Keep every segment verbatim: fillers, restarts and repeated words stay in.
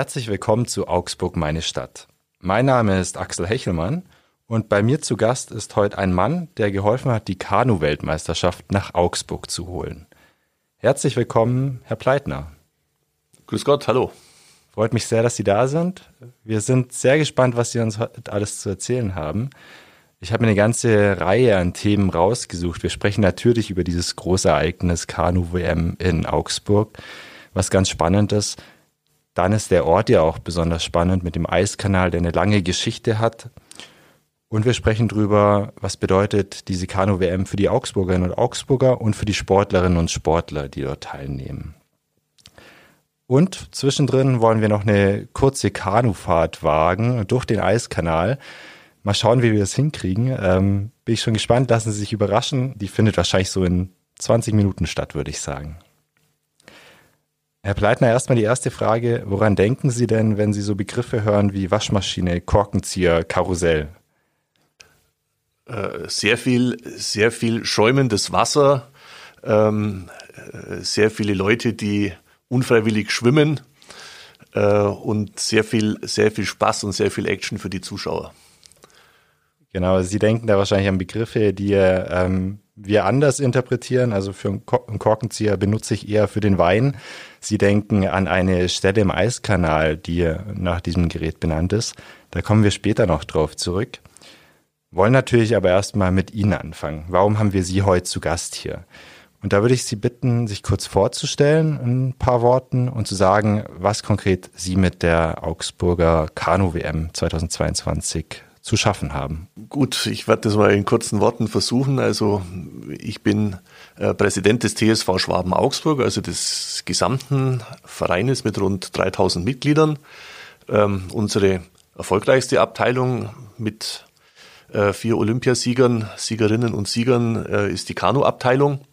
Herzlich willkommen zu Augsburg, meine Stadt. Mein Name ist Axel Hechelmann und bei mir zu Gast ist heute ein Mann, der geholfen hat, die Kanu-Weltmeisterschaft nach Augsburg zu holen. Herzlich willkommen, Herr Pleitner. Grüß Gott, hallo. Freut mich sehr, dass Sie da sind. Wir sind sehr gespannt, was Sie uns heute alles zu erzählen haben. Ich habe mir eine ganze Reihe an Themen rausgesucht. Wir sprechen natürlich über dieses große Ereignis Kanu-W M in Augsburg, was ganz spannend ist. Dann ist der Ort ja auch besonders spannend mit dem Eiskanal, der eine lange Geschichte hat. Und wir sprechen drüber, was bedeutet diese Kanu-W M für die Augsburgerinnen und Augsburger und für die Sportlerinnen und Sportler, die dort teilnehmen. Und zwischendrin wollen wir noch eine kurze Kanufahrt wagen durch den Eiskanal. Mal schauen, wie wir das hinkriegen. Ähm, bin ich schon gespannt, lassen Sie sich überraschen. Die findet wahrscheinlich so in zwanzig Minuten statt, würde ich sagen. Herr Pleitner, erstmal die erste Frage. Woran denken Sie denn, wenn Sie so Begriffe hören wie Waschmaschine, Korkenzieher, Karussell? Äh, sehr viel, sehr viel schäumendes Wasser, ähm, sehr viele Leute, die unfreiwillig schwimmen äh, und sehr viel, sehr viel Spaß und sehr viel Action für die Zuschauer. Genau, Sie denken da wahrscheinlich an Begriffe, die ähm, wir anders interpretieren. Also für einen Korkenzieher benutze ich eher für den Wein. Sie denken an eine Stelle im Eiskanal, die nach diesem Gerät benannt ist. Da kommen wir später noch drauf zurück. Wollen natürlich aber erstmal mit Ihnen anfangen. Warum haben wir Sie heute zu Gast hier? Und da würde ich Sie bitten, sich kurz vorzustellen in ein paar Worten und zu sagen, was konkret Sie mit der Augsburger Kanu-W M zweitausendzweiundzwanzig zu schaffen haben. Gut, ich werde das mal in kurzen Worten versuchen. Also ich bin äh, Präsident des T S V Schwaben Augsburg, also des gesamten Vereines mit rund dreitausend Mitgliedern. Ähm, unsere erfolgreichste Abteilung mit äh, vier Olympiasiegern, Siegerinnen und Siegern äh, ist die Kanu-Abteilung.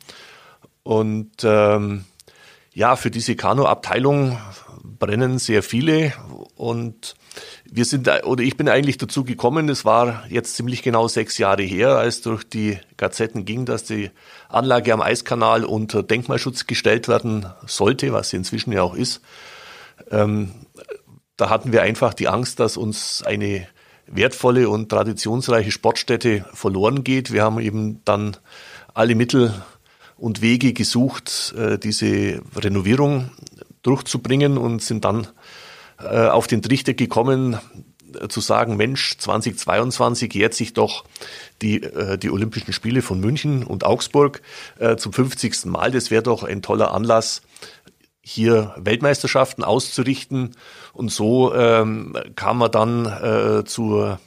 Und ähm, ja, für diese Kanu-Abteilung brennen sehr viele und wir sind, oder ich bin eigentlich dazu gekommen, es war jetzt ziemlich genau sechs Jahre her, als durch die Gazetten ging, dass die Anlage am Eiskanal unter Denkmalschutz gestellt werden sollte, was sie inzwischen ja auch ist. Ähm, da hatten wir einfach die Angst, dass uns eine wertvolle und traditionsreiche Sportstätte verloren geht. Wir haben eben dann alle Mittel und Wege gesucht, diese Renovierung durchzubringen und sind dann auf den Trichter gekommen, zu sagen, Mensch, zweitausendzweiundzwanzig jährt sich doch die, die Olympischen Spiele von München und Augsburg zum fünfzigsten Mal. Das wäre doch ein toller Anlass, hier Weltmeisterschaften auszurichten. Und so ähm, kam man dann äh, zur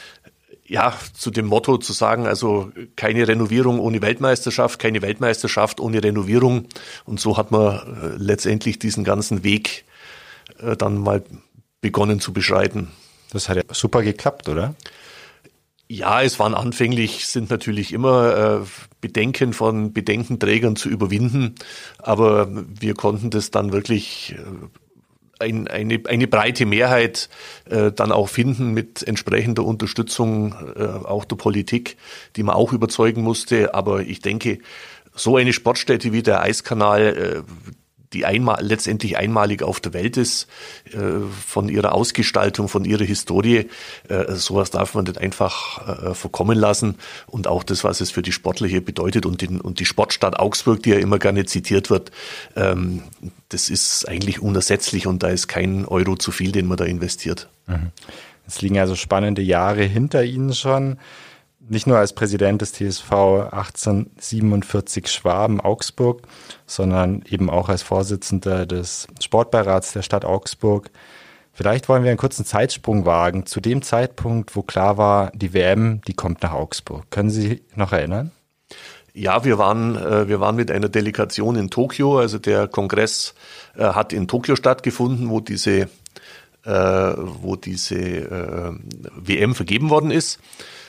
Ja, zu dem Motto zu sagen, also keine Renovierung ohne Weltmeisterschaft, keine Weltmeisterschaft ohne Renovierung. Und so hat man äh, letztendlich diesen ganzen Weg äh, dann mal begonnen zu beschreiten. Das hat ja super geklappt, oder? Ja, es waren anfänglich, sind natürlich immer äh, Bedenken von Bedenkenträgern zu überwinden, aber wir konnten das dann wirklich äh, Ein, eine, eine breite Mehrheit äh, dann auch finden mit entsprechender Unterstützung äh, auch der Politik, die man auch überzeugen musste. Aber ich denke, so eine Sportstätte wie der Eiskanal, äh, die einmal, letztendlich einmalig auf der Welt ist, äh, von ihrer Ausgestaltung, von ihrer Historie, äh, sowas darf man nicht einfach äh, verkommen lassen. Und auch das, was es für die Sportler hier bedeutet und, den, und die Sportstadt Augsburg, die ja immer gerne zitiert wird, ähm, das ist eigentlich unersetzlich und da ist kein Euro zu viel, den man da investiert. Es liegen also spannende Jahre hinter Ihnen schon. Nicht nur als Präsident des T S V achtzehnhundertsiebenundvierzig Schwaben Augsburg, sondern eben auch als Vorsitzender des Sportbeirats der Stadt Augsburg. Vielleicht wollen wir einen kurzen Zeitsprung wagen zu dem Zeitpunkt, wo klar war, die W M, die kommt nach Augsburg. Können Sie sich noch erinnern? Ja, wir waren, äh, wir waren mit einer Delegation in Tokio. Also der Kongress äh, hat in Tokio stattgefunden, wo diese, äh, wo diese äh, W M vergeben worden ist.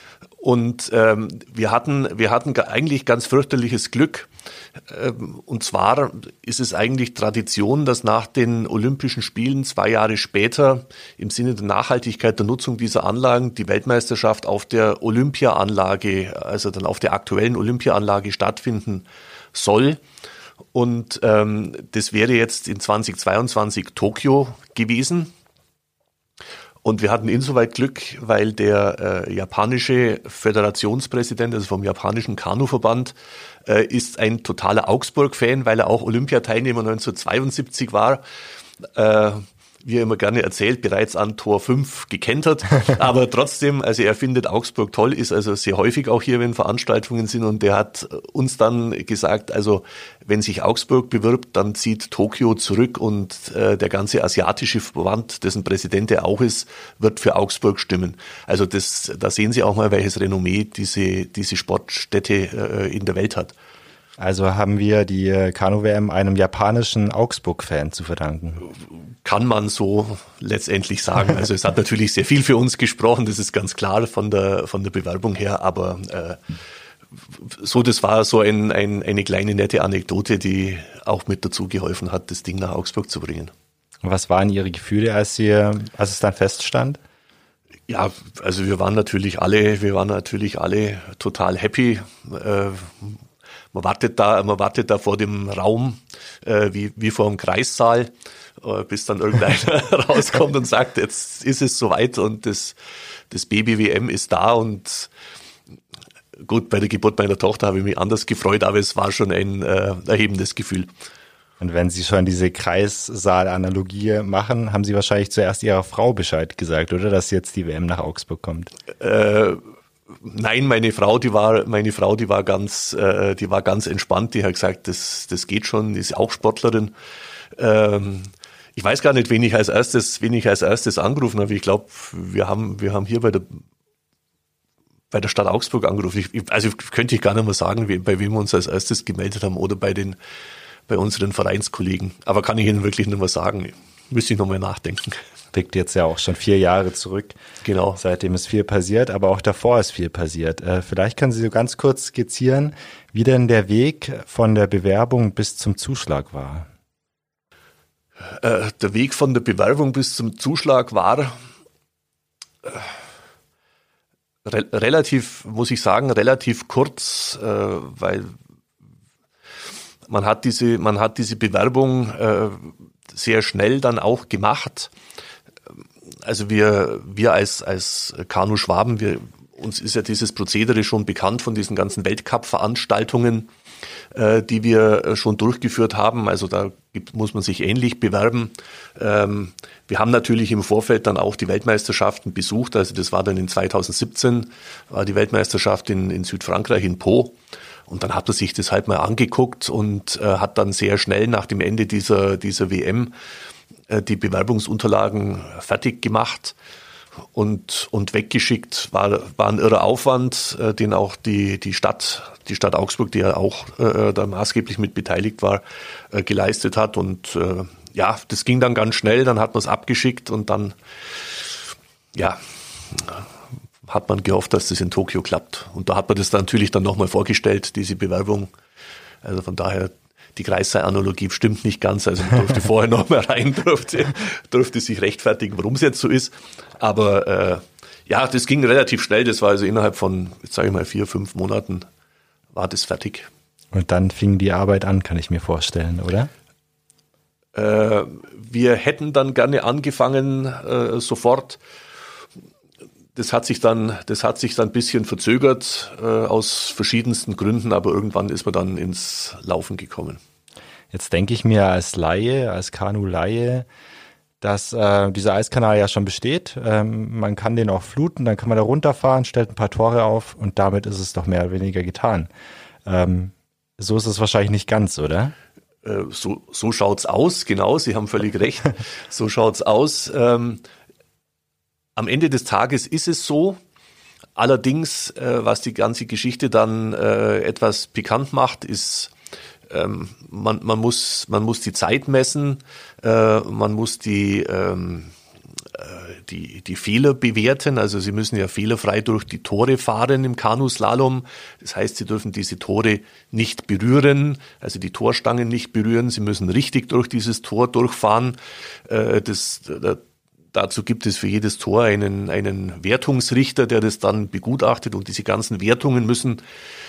Und ähm, wir hatten, wir hatten eigentlich ganz fürchterliches Glück. Ähm, und zwar ist es eigentlich Tradition, dass nach den Olympischen Spielen zwei Jahre später im Sinne der Nachhaltigkeit der Nutzung dieser Anlagen die Weltmeisterschaft auf der Olympiaanlage, also dann auf der aktuellen Olympiaanlage stattfinden soll. Und ähm, das wäre jetzt in zweitausendzweiundzwanzig Tokio gewesen. Und wir hatten insoweit Glück, weil der äh, japanische Föderationspräsident, also vom japanischen Kanuverband, äh, ist ein totaler Augsburg-Fan, weil er auch Olympiateilnehmer neunzehnhundertzweiundsiebzig war. Äh, wie er immer gerne erzählt, bereits an Tor fünf gekentert. Aber trotzdem, also er findet Augsburg toll, ist also sehr häufig auch hier, wenn Veranstaltungen sind. Und der hat uns dann gesagt, also wenn sich Augsburg bewirbt, dann zieht Tokio zurück und äh, der ganze asiatische Verband, dessen Präsident er auch ist, wird für Augsburg stimmen. Also das, da sehen Sie auch mal, welches Renommee diese, diese Sportstätte äh, in der Welt hat. Also haben wir die Kanu-W M einem japanischen Augsburg-Fan zu verdanken. Kann man so letztendlich sagen. Also es hat natürlich sehr viel für uns gesprochen, das ist ganz klar von der von der Bewerbung her, aber äh, so, das war so ein, ein, eine kleine nette Anekdote, die auch mit dazu geholfen hat, das Ding nach Augsburg zu bringen. Und was waren Ihre Gefühle, als Sie, als es dann feststand? Ja, also wir waren natürlich alle, wir waren natürlich alle total happy. Äh, Man wartet da, man wartet da vor dem Raum, äh, wie, wie vor dem Kreissaal, äh, bis dann irgendeiner rauskommt und sagt, jetzt ist es soweit und das, das Baby-W M ist da. Und gut, bei der Geburt meiner Tochter habe ich mich anders gefreut, aber es war schon ein äh, erhebendes Gefühl. Und wenn Sie schon diese Kreissaal-Analogie machen, haben Sie wahrscheinlich zuerst Ihrer Frau Bescheid gesagt, oder? Dass jetzt die W M nach Augsburg kommt. Äh, Nein, meine Frau, die war, meine Frau, die war ganz, äh, die war ganz entspannt. Die hat gesagt, das, das geht schon. Die ist auch Sportlerin. Ähm, ich weiß gar nicht, wen ich als erstes, wen ich als erstes angerufen habe. Ich glaube, wir haben, wir haben hier bei der, bei der Stadt Augsburg angerufen. Ich, also könnte ich gar nicht mehr sagen, wie, bei wem wir uns als erstes gemeldet haben oder bei den, bei unseren Vereinskollegen. Aber kann ich Ihnen wirklich nicht mehr sagen. Müsste ich noch mal nachdenken. Liegt jetzt ja auch schon vier Jahre zurück. Genau. Seitdem ist viel passiert, aber auch davor ist viel passiert. Äh, vielleicht können Sie so ganz kurz skizzieren, wie denn der Weg von der Bewerbung bis zum Zuschlag war. Äh, der Weg von der Bewerbung bis zum Zuschlag war äh, re- relativ, muss ich sagen, relativ kurz, äh, weil man hat diese, man hat diese Bewerbung äh, sehr schnell dann auch gemacht. Also wir, wir als, als Kanu Schwaben, wir, uns ist ja dieses Prozedere schon bekannt von diesen ganzen Weltcup-Veranstaltungen, äh, die wir schon durchgeführt haben. Also da gibt, muss man sich ähnlich bewerben. Ähm, wir haben natürlich im Vorfeld dann auch die Weltmeisterschaften besucht. Also das war dann in zweitausendsiebzehn, war die Weltmeisterschaft in, in Südfrankreich, in Pau. Und dann hat er sich das halt mal angeguckt und äh, hat dann sehr schnell nach dem Ende dieser, dieser W M äh, die Bewerbungsunterlagen fertig gemacht und, und weggeschickt. War, war ein irrer Aufwand, äh, den auch die, die Stadt, die Stadt Augsburg, die ja auch äh, da maßgeblich mit beteiligt war, äh, geleistet hat. Und äh, ja, das ging dann ganz schnell, dann hat man es abgeschickt und dann, ja, hat man gehofft, dass das in Tokio klappt. Und da hat man das dann natürlich dann nochmal vorgestellt, diese Bewerbung. Also von daher, die Kreissaal-Analogie stimmt nicht ganz. Also man durfte vorher nochmal rein, durfte, durfte sich rechtfertigen, warum es jetzt so ist. Aber äh, ja, das ging relativ schnell. Das war also innerhalb von, jetzt sage ich mal, vier, fünf Monaten war das fertig. Und dann fing die Arbeit an, kann ich mir vorstellen, oder? Äh, wir hätten dann gerne angefangen, äh, sofort. Das hat sich dann, das hat sich dann ein bisschen verzögert, äh, aus verschiedensten Gründen, aber irgendwann ist man dann ins Laufen gekommen. Jetzt denke ich mir als Laie, als Kanu-Laie, dass äh, dieser Eiskanal ja schon besteht. Ähm, man kann den auch fluten, dann kann man da runterfahren, stellt ein paar Tore auf und damit ist es doch mehr oder weniger getan. Ähm, so ist es wahrscheinlich nicht ganz, oder? Äh, so, so schaut's aus, genau, Sie haben völlig recht. So schaut's aus. Ähm, Am Ende des Tages ist es so, allerdings, äh, was die ganze Geschichte dann äh, etwas pikant macht, ist, ähm, man, man, muss, man muss die Zeit messen, äh, man muss die, ähm, äh, die, die Fehler bewerten, also Sie müssen ja fehlerfrei durch die Tore fahren im Kanuslalom, das heißt, Sie dürfen diese Tore nicht berühren, also die Torstangen nicht berühren, Sie müssen richtig durch dieses Tor durchfahren, äh, das, das Dazu gibt es für jedes Tor einen, einen Wertungsrichter, der das dann begutachtet und diese ganzen Wertungen müssen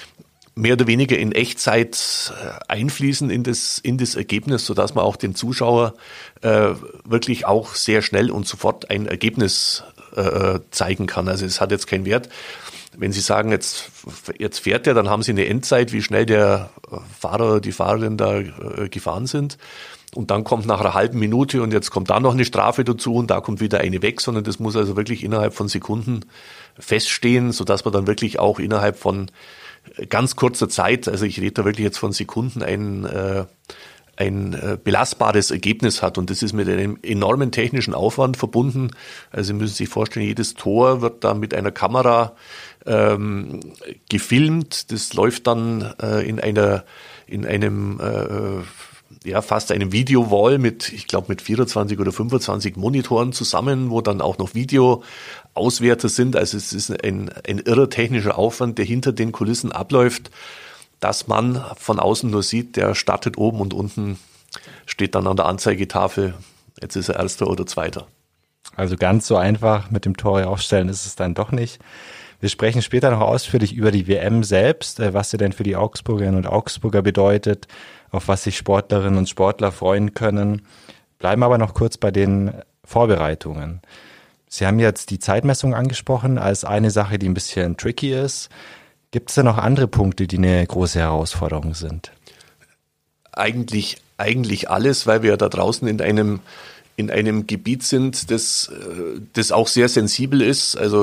mehr oder weniger in Echtzeit einfließen in das, in das Ergebnis, sodass man auch den Zuschauer äh, wirklich auch sehr schnell und sofort ein Ergebnis äh, zeigen kann. Also es hat jetzt keinen Wert. Wenn Sie sagen, jetzt, jetzt fährt er, dann haben Sie eine Endzeit, wie schnell der Fahrer, die Fahrerin da äh, gefahren sind. Und dann kommt nach einer halben Minute und jetzt kommt da noch eine Strafe dazu und da kommt wieder eine weg, sondern das muss also wirklich innerhalb von Sekunden feststehen, sodass man dann wirklich auch innerhalb von ganz kurzer Zeit, also ich rede da wirklich jetzt von Sekunden, ein, äh, ein äh, belastbares Ergebnis hat. Und das ist mit einem enormen technischen Aufwand verbunden. Also Sie müssen sich vorstellen, jedes Tor wird da mit einer Kamera ähm, gefilmt. Das läuft dann äh, in einer, in einem äh, ja, fast einem Videowall mit, ich glaube, mit vierundzwanzig oder fünfundzwanzig Monitoren zusammen, wo dann auch noch Videoauswerter sind. Also es ist ein, ein irrer technischer Aufwand, der hinter den Kulissen abläuft, dass man von außen nur sieht, der startet oben und unten steht dann an der Anzeigetafel, jetzt ist er Erster oder Zweiter. Also ganz so einfach mit dem Tore aufstellen ist es dann doch nicht. Wir sprechen später noch ausführlich über die W M selbst, was sie denn für die Augsburgerinnen und Augsburger bedeutet, auf was sich Sportlerinnen und Sportler freuen können. Bleiben aber noch kurz bei den Vorbereitungen. Sie haben jetzt die Zeitmessung angesprochen als eine Sache, die ein bisschen tricky ist. Gibt es denn noch andere Punkte, die eine große Herausforderung sind? Eigentlich, eigentlich alles, weil wir da draußen in einem in einem Gebiet sind, das, das auch sehr sensibel ist. Also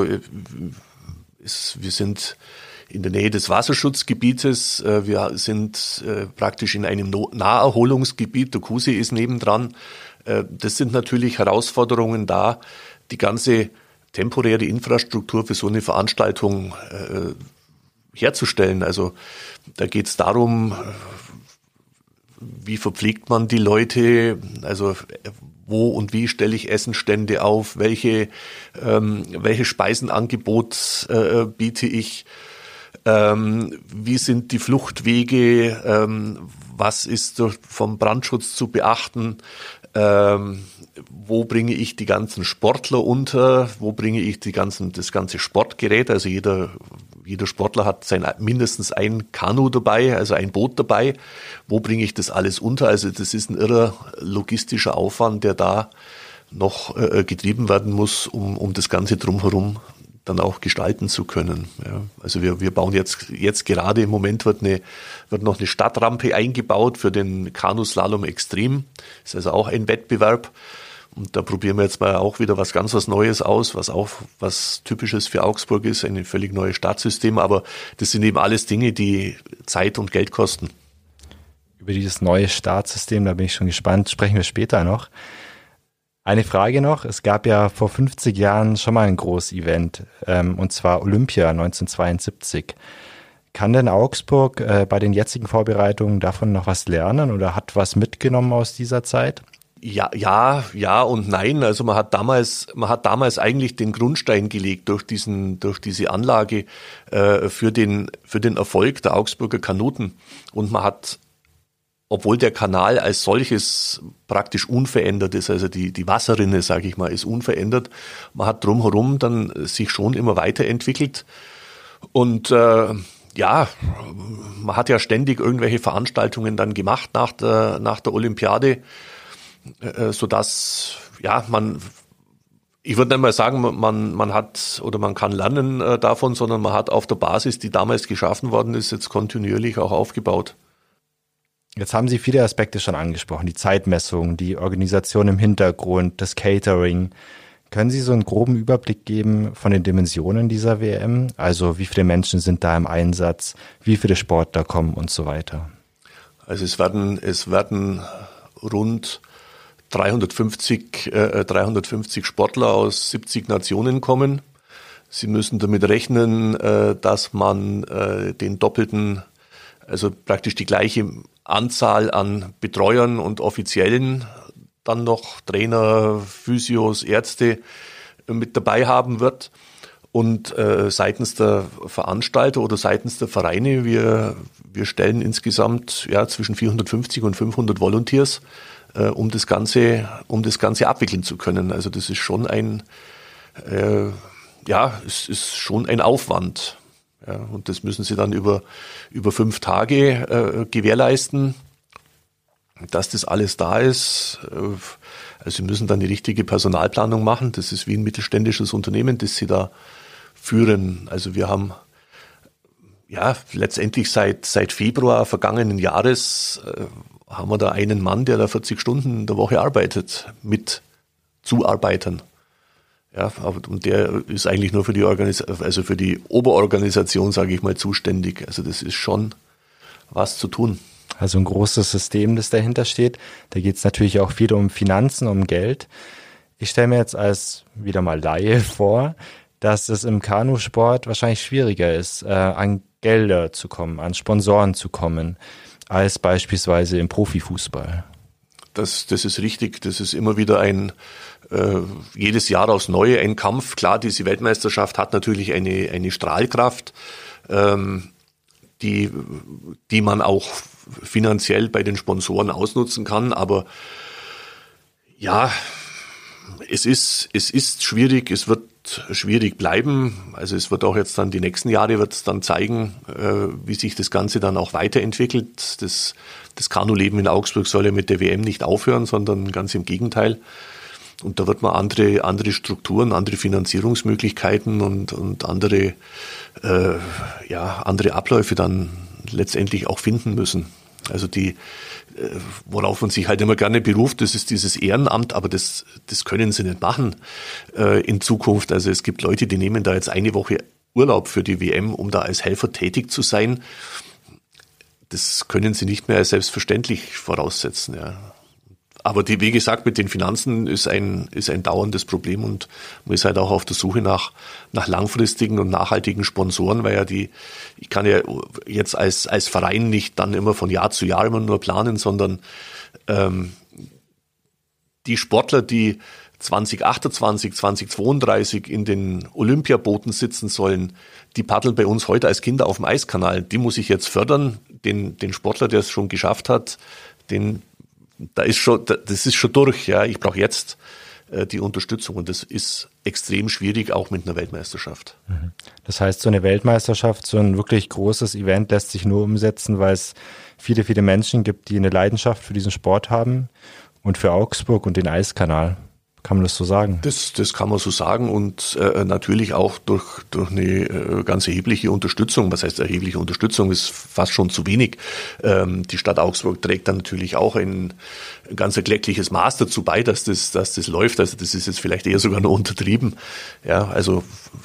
ist, wir sind in der Nähe des Wasserschutzgebietes. Wir sind praktisch in einem Naherholungsgebiet. Der Kuhsee ist nebendran. Das sind natürlich Herausforderungen da, die ganze temporäre Infrastruktur für so eine Veranstaltung herzustellen. Also da geht es darum, wie verpflegt man die Leute, also wo und wie stelle ich Essenstände auf, welche, ähm, welche Speisenangebot äh, biete ich, ähm, wie sind die Fluchtwege, ähm, was ist vom Brandschutz zu beachten, ähm, wo bringe ich die ganzen Sportler unter, wo bringe ich die ganzen, das ganze Sportgerät, also jeder Jeder Sportler hat sein mindestens ein Kanu dabei, also ein Boot dabei. Wo bringe ich das alles unter? Also das ist ein irrer logistischer Aufwand, der da noch äh, getrieben werden muss, um, um das Ganze drumherum dann auch gestalten zu können. Ja, also wir, wir bauen jetzt, jetzt gerade im Moment wird eine, wird noch eine Stadtrampe eingebaut für den Kanuslalom Extrem. Das ist also auch ein Wettbewerb. Und da probieren wir jetzt mal auch wieder was ganz was Neues aus, was auch was Typisches für Augsburg ist, ein völlig neues Startsystem. Aber das sind eben alles Dinge, die Zeit und Geld kosten. Über dieses neue Startsystem, da bin ich schon gespannt, sprechen wir später noch. Eine Frage noch, es gab ja vor fünfzig Jahren schon mal ein großes Event, ähm, und zwar Olympia neunzehnhundertzweiundsiebzig. Kann denn Augsburg äh, bei den jetzigen Vorbereitungen davon noch was lernen oder hat was mitgenommen aus dieser Zeit? Ja, ja, ja und nein. Also man hat damals, man hat damals eigentlich den Grundstein gelegt durch diesen, durch diese Anlage äh, für den, für den Erfolg der Augsburger Kanuten. Und man hat, obwohl der Kanal als solches praktisch unverändert ist, also die die Wasserrinne, sage ich mal, ist unverändert. Man hat drumherum dann sich schon immer weiterentwickelt und äh, ja, man hat ja ständig irgendwelche Veranstaltungen dann gemacht nach der nach der Olympiade. So dass, ja, man, ich würde nicht mal sagen, man, man hat oder man kann lernen äh, davon, sondern man hat auf der Basis, die damals geschaffen worden ist, jetzt kontinuierlich auch aufgebaut. Jetzt haben Sie viele Aspekte schon angesprochen, die Zeitmessung, die Organisation im Hintergrund, das Catering. Können Sie so einen groben Überblick geben von den Dimensionen dieser W M? Also wie viele Menschen sind da im Einsatz, wie viele Sportler kommen und so weiter? Also es werden, es werden rund dreihundertfünfzig, äh, dreihundertfünfzig Sportler aus siebzig Nationen kommen. Sie müssen damit rechnen, äh, dass man äh, den doppelten, also praktisch die gleiche Anzahl an Betreuern und Offiziellen, dann noch Trainer, Physios, Ärzte äh, mit dabei haben wird. Und äh, seitens der Veranstalter oder seitens der Vereine, wir, wir stellen insgesamt ja, zwischen vierhundertfünfzig und fünfhundert Volunteers, um das Ganze, um das Ganze abwickeln zu können. Also das ist schon ein, äh, ja, es ist schon ein Aufwand. Ja, und das müssen sie dann über, über fünf Tage äh, gewährleisten, dass das alles da ist. Also sie müssen dann die richtige Personalplanung machen. Das ist wie ein mittelständisches Unternehmen, das sie da führen. Also wir haben ja letztendlich seit, seit Februar vergangenen Jahres äh, haben wir da einen Mann, der da vierzig Stunden in der Woche arbeitet, mit Zuarbeitern. Ja, aber, und der ist eigentlich nur für die Organis- also für die Oberorganisation, sage ich mal, zuständig. Also das ist schon was zu tun. Also ein großes System, das dahinter steht. Da geht es natürlich auch viel um Finanzen, um Geld. Ich stelle mir jetzt als wieder mal Laie vor, dass es im Kanusport wahrscheinlich schwieriger ist, äh, an Gelder zu kommen, an Sponsoren zu kommen, als beispielsweise im Profifußball. Das, das ist richtig. Das ist immer wieder ein, äh, jedes Jahr aufs Neue ein Kampf. Klar, diese Weltmeisterschaft hat natürlich eine, eine Strahlkraft, ähm, die, die man auch finanziell bei den Sponsoren ausnutzen kann. Aber ja, es ist, es ist schwierig, es wird schwierig bleiben. Also es wird auch jetzt dann die nächsten Jahre wird es dann zeigen, äh, wie sich das Ganze dann auch weiterentwickelt. Das, das Kanuleben in Augsburg soll ja mit der W M nicht aufhören, sondern ganz im Gegenteil. Und da wird man andere, andere Strukturen, andere Finanzierungsmöglichkeiten und, und andere, äh, ja, andere Abläufe dann letztendlich auch finden müssen. Also die, äh, worauf man sich halt immer gerne beruft, das ist dieses Ehrenamt, aber das, das können sie nicht machen äh, in Zukunft. Also es gibt Leute, die nehmen da jetzt eine Woche Urlaub für die W M, um da als Helfer tätig zu sein. Das können sie nicht mehr als selbstverständlich voraussetzen, ja. Aber die, wie gesagt, mit den Finanzen ist ein, ist ein dauerndes Problem und man ist halt auch auf der Suche nach, nach langfristigen und nachhaltigen Sponsoren, weil ja die, ich kann ja jetzt als, als Verein nicht dann immer von Jahr zu Jahr immer nur planen, sondern ähm, die Sportler, die zwanzig achtundzwanzig, zwanzig zweiunddreißig in den Olympiabooten sitzen sollen, die paddeln bei uns heute als Kinder auf dem Eiskanal. Die muss ich jetzt fördern. Den, den Sportler, der es schon geschafft hat, den Da ist schon, das ist schon durch, ja. Ich brauche jetzt äh, die Unterstützung und das ist extrem schwierig, auch mit einer Weltmeisterschaft. Das heißt, so eine Weltmeisterschaft, so ein wirklich großes Event lässt sich nur umsetzen, weil es viele, viele Menschen gibt, die eine Leidenschaft für diesen Sport haben und für Augsburg und den Eiskanal. Kann man das so sagen? Das, das kann man so sagen und äh, natürlich auch durch, durch eine äh, ganz erhebliche Unterstützung. Was heißt erhebliche Unterstützung? Ist fast schon zu wenig. Ähm, die Stadt Augsburg trägt dann natürlich auch ein ganz erkleckliches Maß dazu bei, dass das, dass das läuft. Also das ist jetzt vielleicht eher sogar noch untertrieben. Ja, also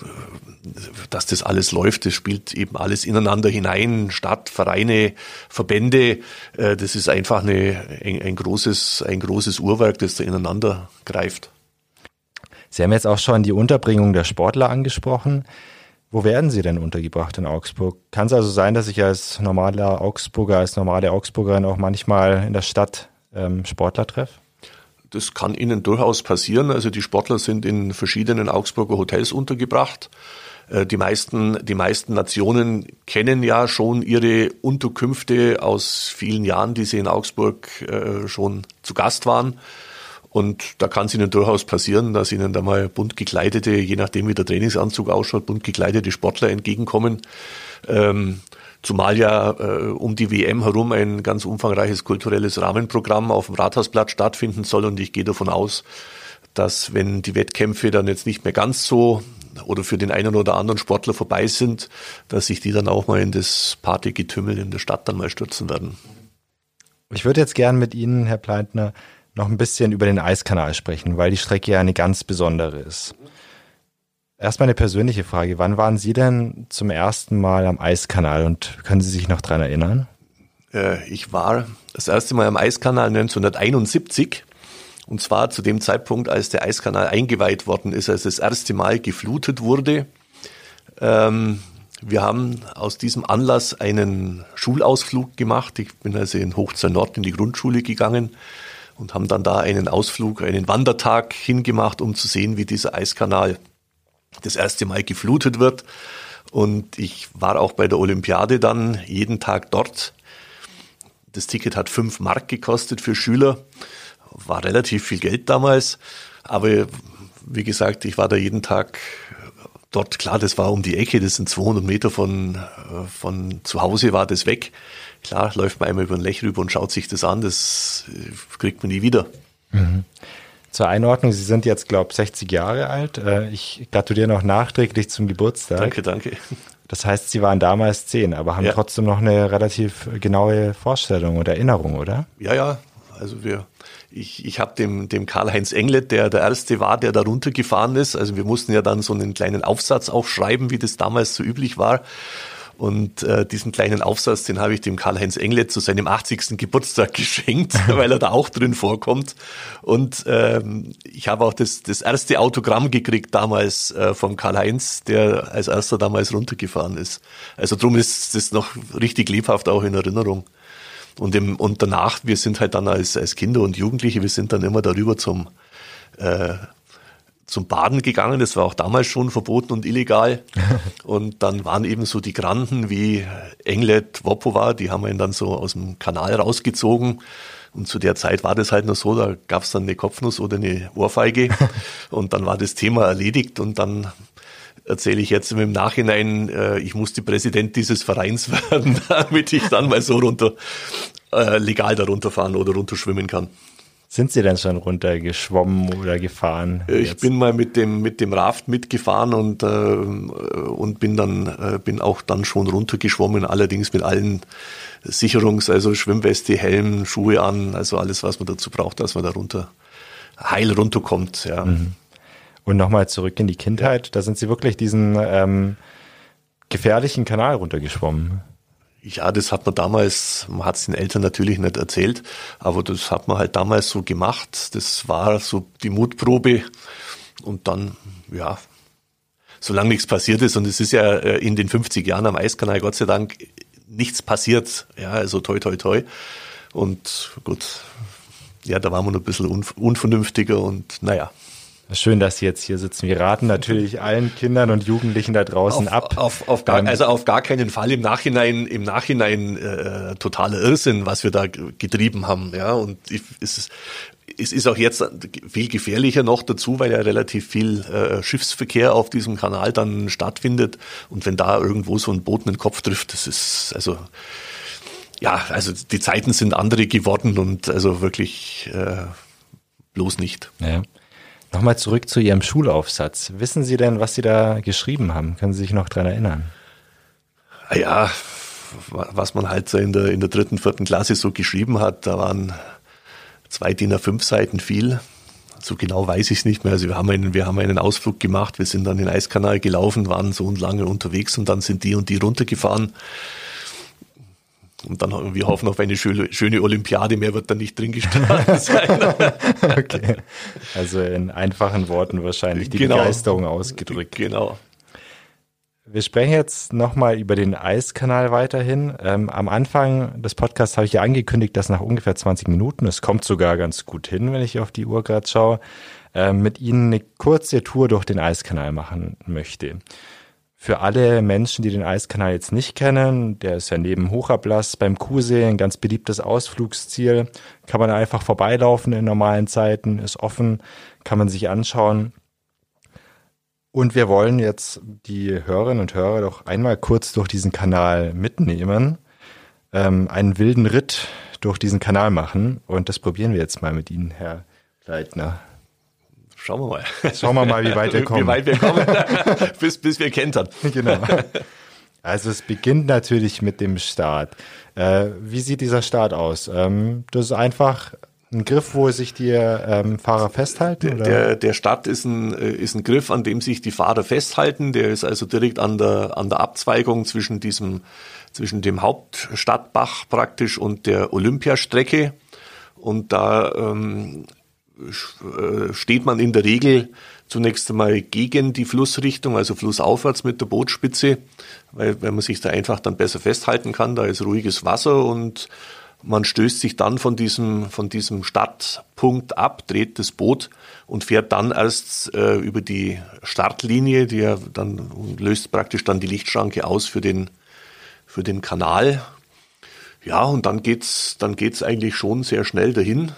dass das alles läuft, das spielt eben alles ineinander hinein. Stadt, Vereine, Verbände. Äh, das ist einfach eine, ein, ein großes, ein großes Uhrwerk, das da ineinander greift. Sie haben jetzt auch schon die Unterbringung der Sportler angesprochen. Wo werden sie denn untergebracht in Augsburg? Kann es also sein, dass ich als normaler Augsburger, als normale Augsburgerin auch manchmal in der Stadt ähm, Sportler treffe? Das kann Ihnen durchaus passieren. Also die Sportler sind in verschiedenen Augsburger Hotels untergebracht. Die meisten, die meisten Nationen kennen ja schon ihre Unterkünfte aus vielen Jahren, die sie in Augsburg äh, schon zu Gast waren. Und da kann es Ihnen durchaus passieren, dass Ihnen da mal bunt gekleidete, je nachdem wie der Trainingsanzug ausschaut, bunt gekleidete Sportler entgegenkommen. Ähm, zumal ja äh, um die W M herum ein ganz umfangreiches kulturelles Rahmenprogramm auf dem Rathausplatz stattfinden soll. Und ich gehe davon aus, dass wenn die Wettkämpfe dann jetzt nicht mehr ganz so oder für den einen oder anderen Sportler vorbei sind, dass sich die dann auch mal in das Partygetümmel in der Stadt dann mal stürzen werden. Ich würde jetzt gern mit Ihnen, Herr Pleitner, noch ein bisschen über den Eiskanal sprechen, weil die Strecke ja eine ganz besondere ist. Erstmal eine persönliche Frage. Wann waren Sie denn zum ersten Mal am Eiskanal und können Sie sich noch dran erinnern? Äh, ich war das erste Mal am Eiskanal neunzehnhunderteinundsiebzig. Und zwar zu dem Zeitpunkt, als der Eiskanal eingeweiht worden ist, als das erste Mal geflutet wurde. Ähm, wir haben aus diesem Anlass einen Schulausflug gemacht. Ich bin also in Hochzell Nord in die Grundschule gegangen und haben dann da einen Ausflug, einen Wandertag hingemacht, um zu sehen, wie dieser Eiskanal das erste Mal geflutet wird. Und ich war auch bei der Olympiade dann jeden Tag dort. Das Ticket hat fünf Mark gekostet für Schüler. War relativ viel Geld damals, aber wie gesagt, ich war da jeden Tag dort, klar, das war um die Ecke, das sind zweihundert Meter von, von zu Hause war das weg. Klar, läuft man einmal über ein Lech rüber und schaut sich das an, das kriegt man nie wieder. Mhm. Zur Einordnung, Sie sind jetzt, glaube ich, sechzig Jahre alt. Ich gratuliere noch nachträglich zum Geburtstag. Danke, danke. Das heißt, Sie waren damals zehn, aber haben ja. trotzdem noch eine relativ genaue Vorstellung oder Erinnerung, oder? Ja, ja. Also wir, ich, ich habe dem, dem Karl-Heinz Englet, der der Erste war, der da runtergefahren ist. Also wir mussten ja dann so einen kleinen Aufsatz auch schreiben, wie das damals so üblich war. Und äh, diesen kleinen Aufsatz, den habe ich dem Karl-Heinz Englet zu seinem achtzigsten Geburtstag geschenkt, weil er da auch drin vorkommt. Und ähm, ich habe auch das, das erste Autogramm gekriegt damals äh, vom Karl-Heinz, der als erster damals runtergefahren ist. Also drum ist das noch richtig lebhaft auch in Erinnerung. Und, im, und danach, wir sind halt dann als, als Kinder und Jugendliche, wir sind dann immer darüber zum äh, zum Baden gegangen. Das war auch damals schon verboten und illegal. Und dann waren eben so die Granden wie Englet, Wopova, die haben ihn dann so aus dem Kanal rausgezogen. Und zu der Zeit war das halt noch so, da gab es dann eine Kopfnuss oder eine Ohrfeige. Und dann war das Thema erledigt. Und dann erzähle ich jetzt im Nachhinein, äh, ich musste Präsident dieses Vereins werden, damit ich dann mal so runter, äh, legal da runterfahren oder runterschwimmen kann. Sind Sie denn schon runtergeschwommen oder gefahren? Ich jetzt? bin mal mit dem mit dem Raft mitgefahren und äh, und bin dann äh, bin auch dann schon runtergeschwommen, allerdings mit allen Sicherungs-, also Schwimmweste, Helm, Schuhe an, also alles, was man dazu braucht, dass man da runter heil runterkommt. Ja. Mhm. Und nochmal zurück in die Kindheit. Ja. Da sind Sie wirklich diesen ähm, gefährlichen Kanal runtergeschwommen. Ja, das hat man damals, man hat es den Eltern natürlich nicht erzählt, aber das hat man halt damals so gemacht. Das war so die Mutprobe und dann, ja, solange nichts passiert ist, und es ist ja in den fünfzig Jahren am Eiskanal Gott sei Dank nichts passiert, ja, also toi toi toi. Und gut, ja, da waren wir noch ein bisschen unv- unvernünftiger und naja. Schön, dass Sie jetzt hier sitzen. Wir raten natürlich allen Kindern und Jugendlichen da draußen auf, ab. Auf, auf gar, also auf gar keinen Fall im Nachhinein, im Nachhinein äh, totaler Irrsinn, was wir da getrieben haben. Ja, und ich, es, ist, es ist auch jetzt viel gefährlicher noch dazu, weil ja relativ viel äh, Schiffsverkehr auf diesem Kanal dann stattfindet. Und wenn da irgendwo so ein Boot in den Kopf trifft, das ist also ja, also die Zeiten sind andere geworden und also wirklich äh, bloß nicht. Ja. Nochmal zurück zu Ihrem Schulaufsatz. Wissen Sie denn, was Sie da geschrieben haben? Können Sie sich noch dran erinnern? Ja, was man halt so in der, in der dritten, vierten Klasse so geschrieben hat, da waren zwei D I N A fünf Seiten viel. So genau weiß ich es nicht mehr. Also wir haben einen, wir haben einen Ausflug gemacht, wir sind dann den Eiskanal gelaufen, waren so und lange unterwegs und dann sind die und die runtergefahren. Und dann wir hoffen auf eine schöne, schöne Olympiade, mehr wird da nicht drin gestanden sein. Okay. Also in einfachen Worten wahrscheinlich die genau. Begeisterung ausgedrückt. Genau. Wir sprechen jetzt nochmal über den Eiskanal weiterhin. Ähm, am Anfang des Podcasts habe ich ja angekündigt, dass nach ungefähr zwanzig Minuten, es kommt sogar ganz gut hin, wenn ich auf die Uhr gerade schaue, äh, mit Ihnen eine kurze Tour durch den Eiskanal machen möchte. Für alle Menschen, die den Eiskanal jetzt nicht kennen, der ist ja neben Hochablass beim Kuhsee ein ganz beliebtes Ausflugsziel. Kann man einfach vorbeilaufen in normalen Zeiten, ist offen, kann man sich anschauen. Und wir wollen jetzt die Hörerinnen und Hörer doch einmal kurz durch diesen Kanal mitnehmen, ähm, einen wilden Ritt durch diesen Kanal machen. Und das probieren wir jetzt mal mit Ihnen, Herr Leitner. Schauen wir mal. Schauen wir mal, wie weit wir kommen. Wie weit wir kommen, bis, bis wir kentern. Genau. Also es beginnt natürlich mit dem Start. Äh, wie sieht dieser Start aus? Ähm, das ist einfach ein Griff, wo sich die ähm, Fahrer festhalten? Oder? Der, der Start ist ein, ist ein Griff, an dem sich die Fahrer festhalten. Der ist also direkt an der, an der Abzweigung zwischen diesem, zwischen dem Hauptstadtbach praktisch und der Olympiastrecke. Und da ähm, steht man in der Regel zunächst einmal gegen die Flussrichtung, also flussaufwärts mit der Bootspitze, weil, weil man sich da einfach dann besser festhalten kann. Da ist ruhiges Wasser und man stößt sich dann von diesem, von diesem Startpunkt ab, dreht das Boot und fährt dann erst äh, über die Startlinie, die ja dann löst praktisch dann die Lichtschranke aus für den, für den Kanal. Ja, und dann geht's, dann geht's eigentlich schon sehr schnell dahin.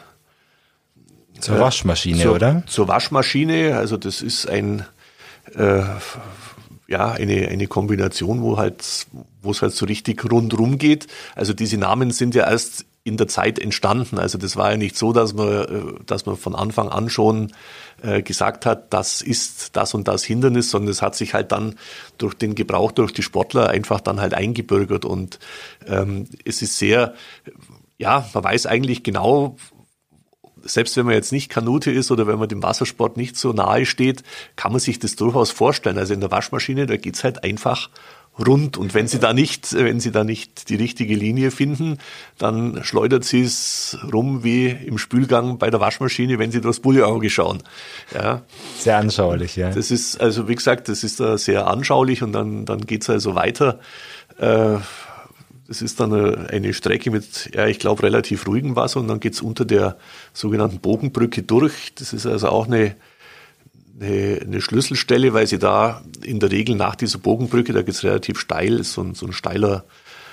Zur Waschmaschine, zur, oder? Zur Waschmaschine, also das ist ein, äh, ja, eine, eine Kombination, wo halt, wo es halt so richtig rundrum geht. Also diese Namen sind ja erst in der Zeit entstanden. Also das war ja nicht so, dass man, dass man von Anfang an schon äh, gesagt hat, das ist das und das Hindernis, sondern es hat sich halt dann durch den Gebrauch durch die Sportler einfach dann halt eingebürgert. Und ähm, es ist sehr, ja, man weiß eigentlich genau, selbst wenn man jetzt nicht Kanute ist oder wenn man dem Wassersport nicht so nahe steht, kann man sich das durchaus vorstellen. Also in der Waschmaschine, da geht's halt einfach rund. Und wenn Sie da nicht, wenn Sie da nicht die richtige Linie finden, dann schleudert sie es rum wie im Spülgang bei der Waschmaschine, wenn Sie durchs Bulleauge schauen. Ja. Sehr anschaulich, ja. Das ist, also wie gesagt, das ist da sehr anschaulich und dann, dann geht's also weiter. Äh, Das ist dann eine, eine Strecke mit, ja, ich glaube, relativ ruhigem Wasser und dann geht's unter der sogenannten Bogenbrücke durch. Das ist also auch eine, eine, eine Schlüsselstelle, weil sie da in der Regel nach dieser Bogenbrücke, da geht's relativ steil, ist so ein, so ein steiler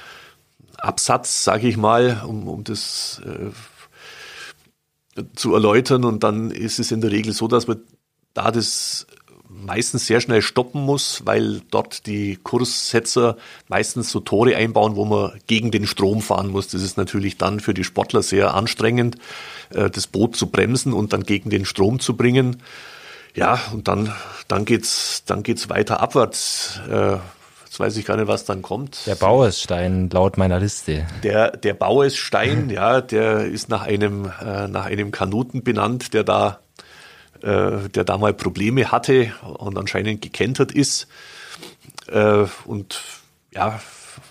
Absatz, sage ich mal, um, um das äh, zu erläutern. Und dann ist es in der Regel so, dass man da das meistens sehr schnell stoppen muss, weil dort die Kurssetzer meistens so Tore einbauen, wo man gegen den Strom fahren muss. Das ist natürlich dann für die Sportler sehr anstrengend, das Boot zu bremsen und dann gegen den Strom zu bringen. Ja, und dann, dann geht's, dann geht's weiter abwärts. Jetzt weiß ich gar nicht, was dann kommt. Der Bauesstein laut meiner Liste. Der, der Bauesstein, ja, der ist nach einem, nach einem Kanuten benannt, der da der da mal Probleme hatte und anscheinend gekentert ist. Und ja,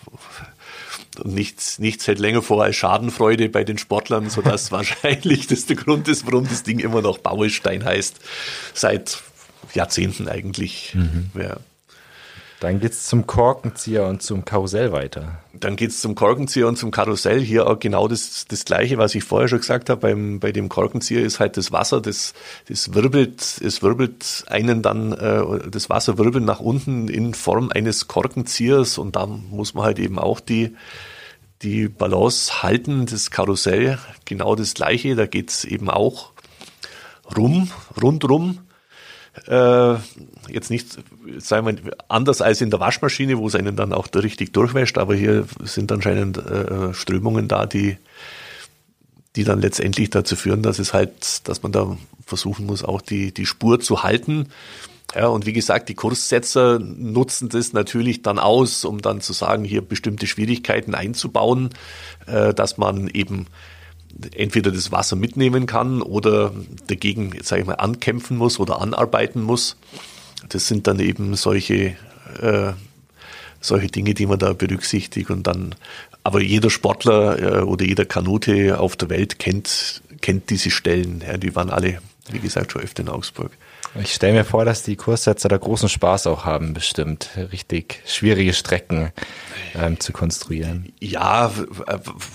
nichts, nichts hält länger vor als Schadenfreude bei den Sportlern, sodass wahrscheinlich das der Grund ist, warum das Ding immer noch Bauesstein heißt. Seit Jahrzehnten eigentlich. Mhm. Ja. Dann geht's zum Korkenzieher und zum Karussell weiter. Dann geht's zum Korkenzieher und zum Karussell. Hier auch genau das, das Gleiche, was ich vorher schon gesagt habe. Beim, bei dem Korkenzieher ist halt das Wasser, das, das wirbelt, es wirbelt einen dann, äh, das Wasser wirbelt nach unten in Form eines Korkenziehers und da muss man halt eben auch die, die Balance halten. Das Karussell, genau das Gleiche. Da geht's eben auch rum, rundrum. Äh, jetzt nicht, sagen wir, anders als in der Waschmaschine, wo es einen dann auch richtig durchwäscht, aber hier sind anscheinend äh, Strömungen da, die, die dann letztendlich dazu führen, dass es halt, dass man da versuchen muss, auch die, die Spur zu halten. Ja, und wie gesagt, die Kurssetzer nutzen das natürlich dann aus, um dann zu sagen, hier bestimmte Schwierigkeiten einzubauen, äh, dass man eben entweder das Wasser mitnehmen kann oder dagegen, jetzt sage ich mal, ankämpfen muss oder anarbeiten muss. Das sind dann eben solche, äh, solche Dinge, die man da berücksichtigt und dann, aber jeder Sportler äh, oder jeder Kanute auf der Welt kennt, kennt diese Stellen. Ja, die waren alle, wie gesagt, schon öfter in Augsburg. Ich stelle mir vor, dass die Kurssetzer da großen Spaß auch haben, bestimmt richtig schwierige Strecken ähm, zu konstruieren. Ja, äh,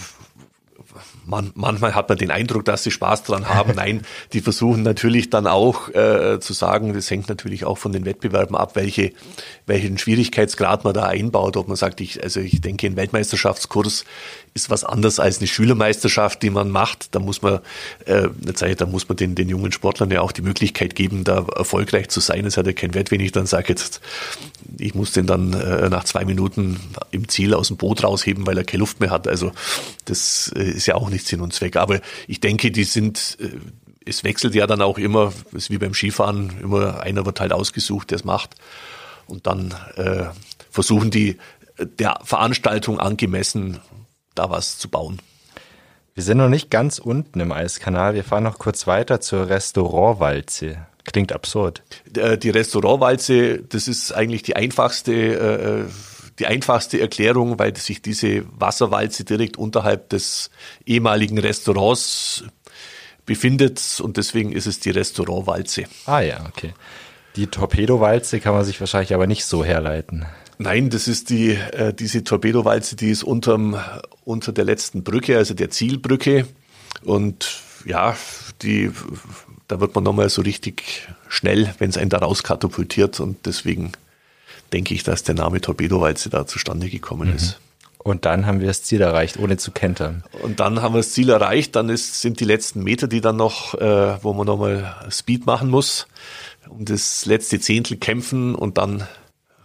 Man, manchmal hat man den Eindruck, dass sie Spaß dran haben. Nein, die versuchen natürlich dann auch äh, zu sagen, das hängt natürlich auch von den Wettbewerben ab, welche, welchen Schwierigkeitsgrad man da einbaut. Ob man sagt, ich, also ich denke, ein Weltmeisterschaftskurs ist was anderes als eine Schülermeisterschaft, die man macht. Da muss man, äh, da muss man den, den jungen Sportlern ja auch die Möglichkeit geben, da erfolgreich zu sein. Es hat ja keinen Wert, wenn ich dann sage, jetzt, ich muss den dann äh, nach zwei Minuten im Ziel aus dem Boot rausheben, weil er keine Luft mehr hat. Also das äh, ist ja auch nicht Sinn und Zweck. Aber ich denke, die sind, äh, es wechselt ja dann auch immer, es ist wie beim Skifahren, immer einer wird halt ausgesucht, der es macht. Und dann äh, versuchen die der Veranstaltung angemessen da was zu bauen. Wir sind noch nicht ganz unten im Eiskanal. Wir fahren noch kurz weiter zur Restaurantwalze. Klingt absurd. Die Restaurantwalze, das ist eigentlich die einfachste, die einfachste Erklärung, weil sich diese Wasserwalze direkt unterhalb des ehemaligen Restaurants befindet und deswegen ist es die Restaurantwalze. Ah ja, okay. Die Torpedowalze kann man sich wahrscheinlich aber nicht so herleiten. Nein, das ist die äh, diese Torpedowalze, die ist unterm, unter der letzten Brücke, also der Zielbrücke. Und ja, die, da wird man nochmal so richtig schnell, wenn es einen da rauskatapultiert. Und deswegen denke ich, dass der Name Torpedowalze da zustande gekommen mhm. ist. Und dann haben wir das Ziel erreicht, ohne zu kentern. Und dann haben wir das Ziel erreicht. Dann ist, sind die letzten Meter, die dann noch, äh, wo man nochmal Speed machen muss, um das letzte Zehntel kämpfen und dann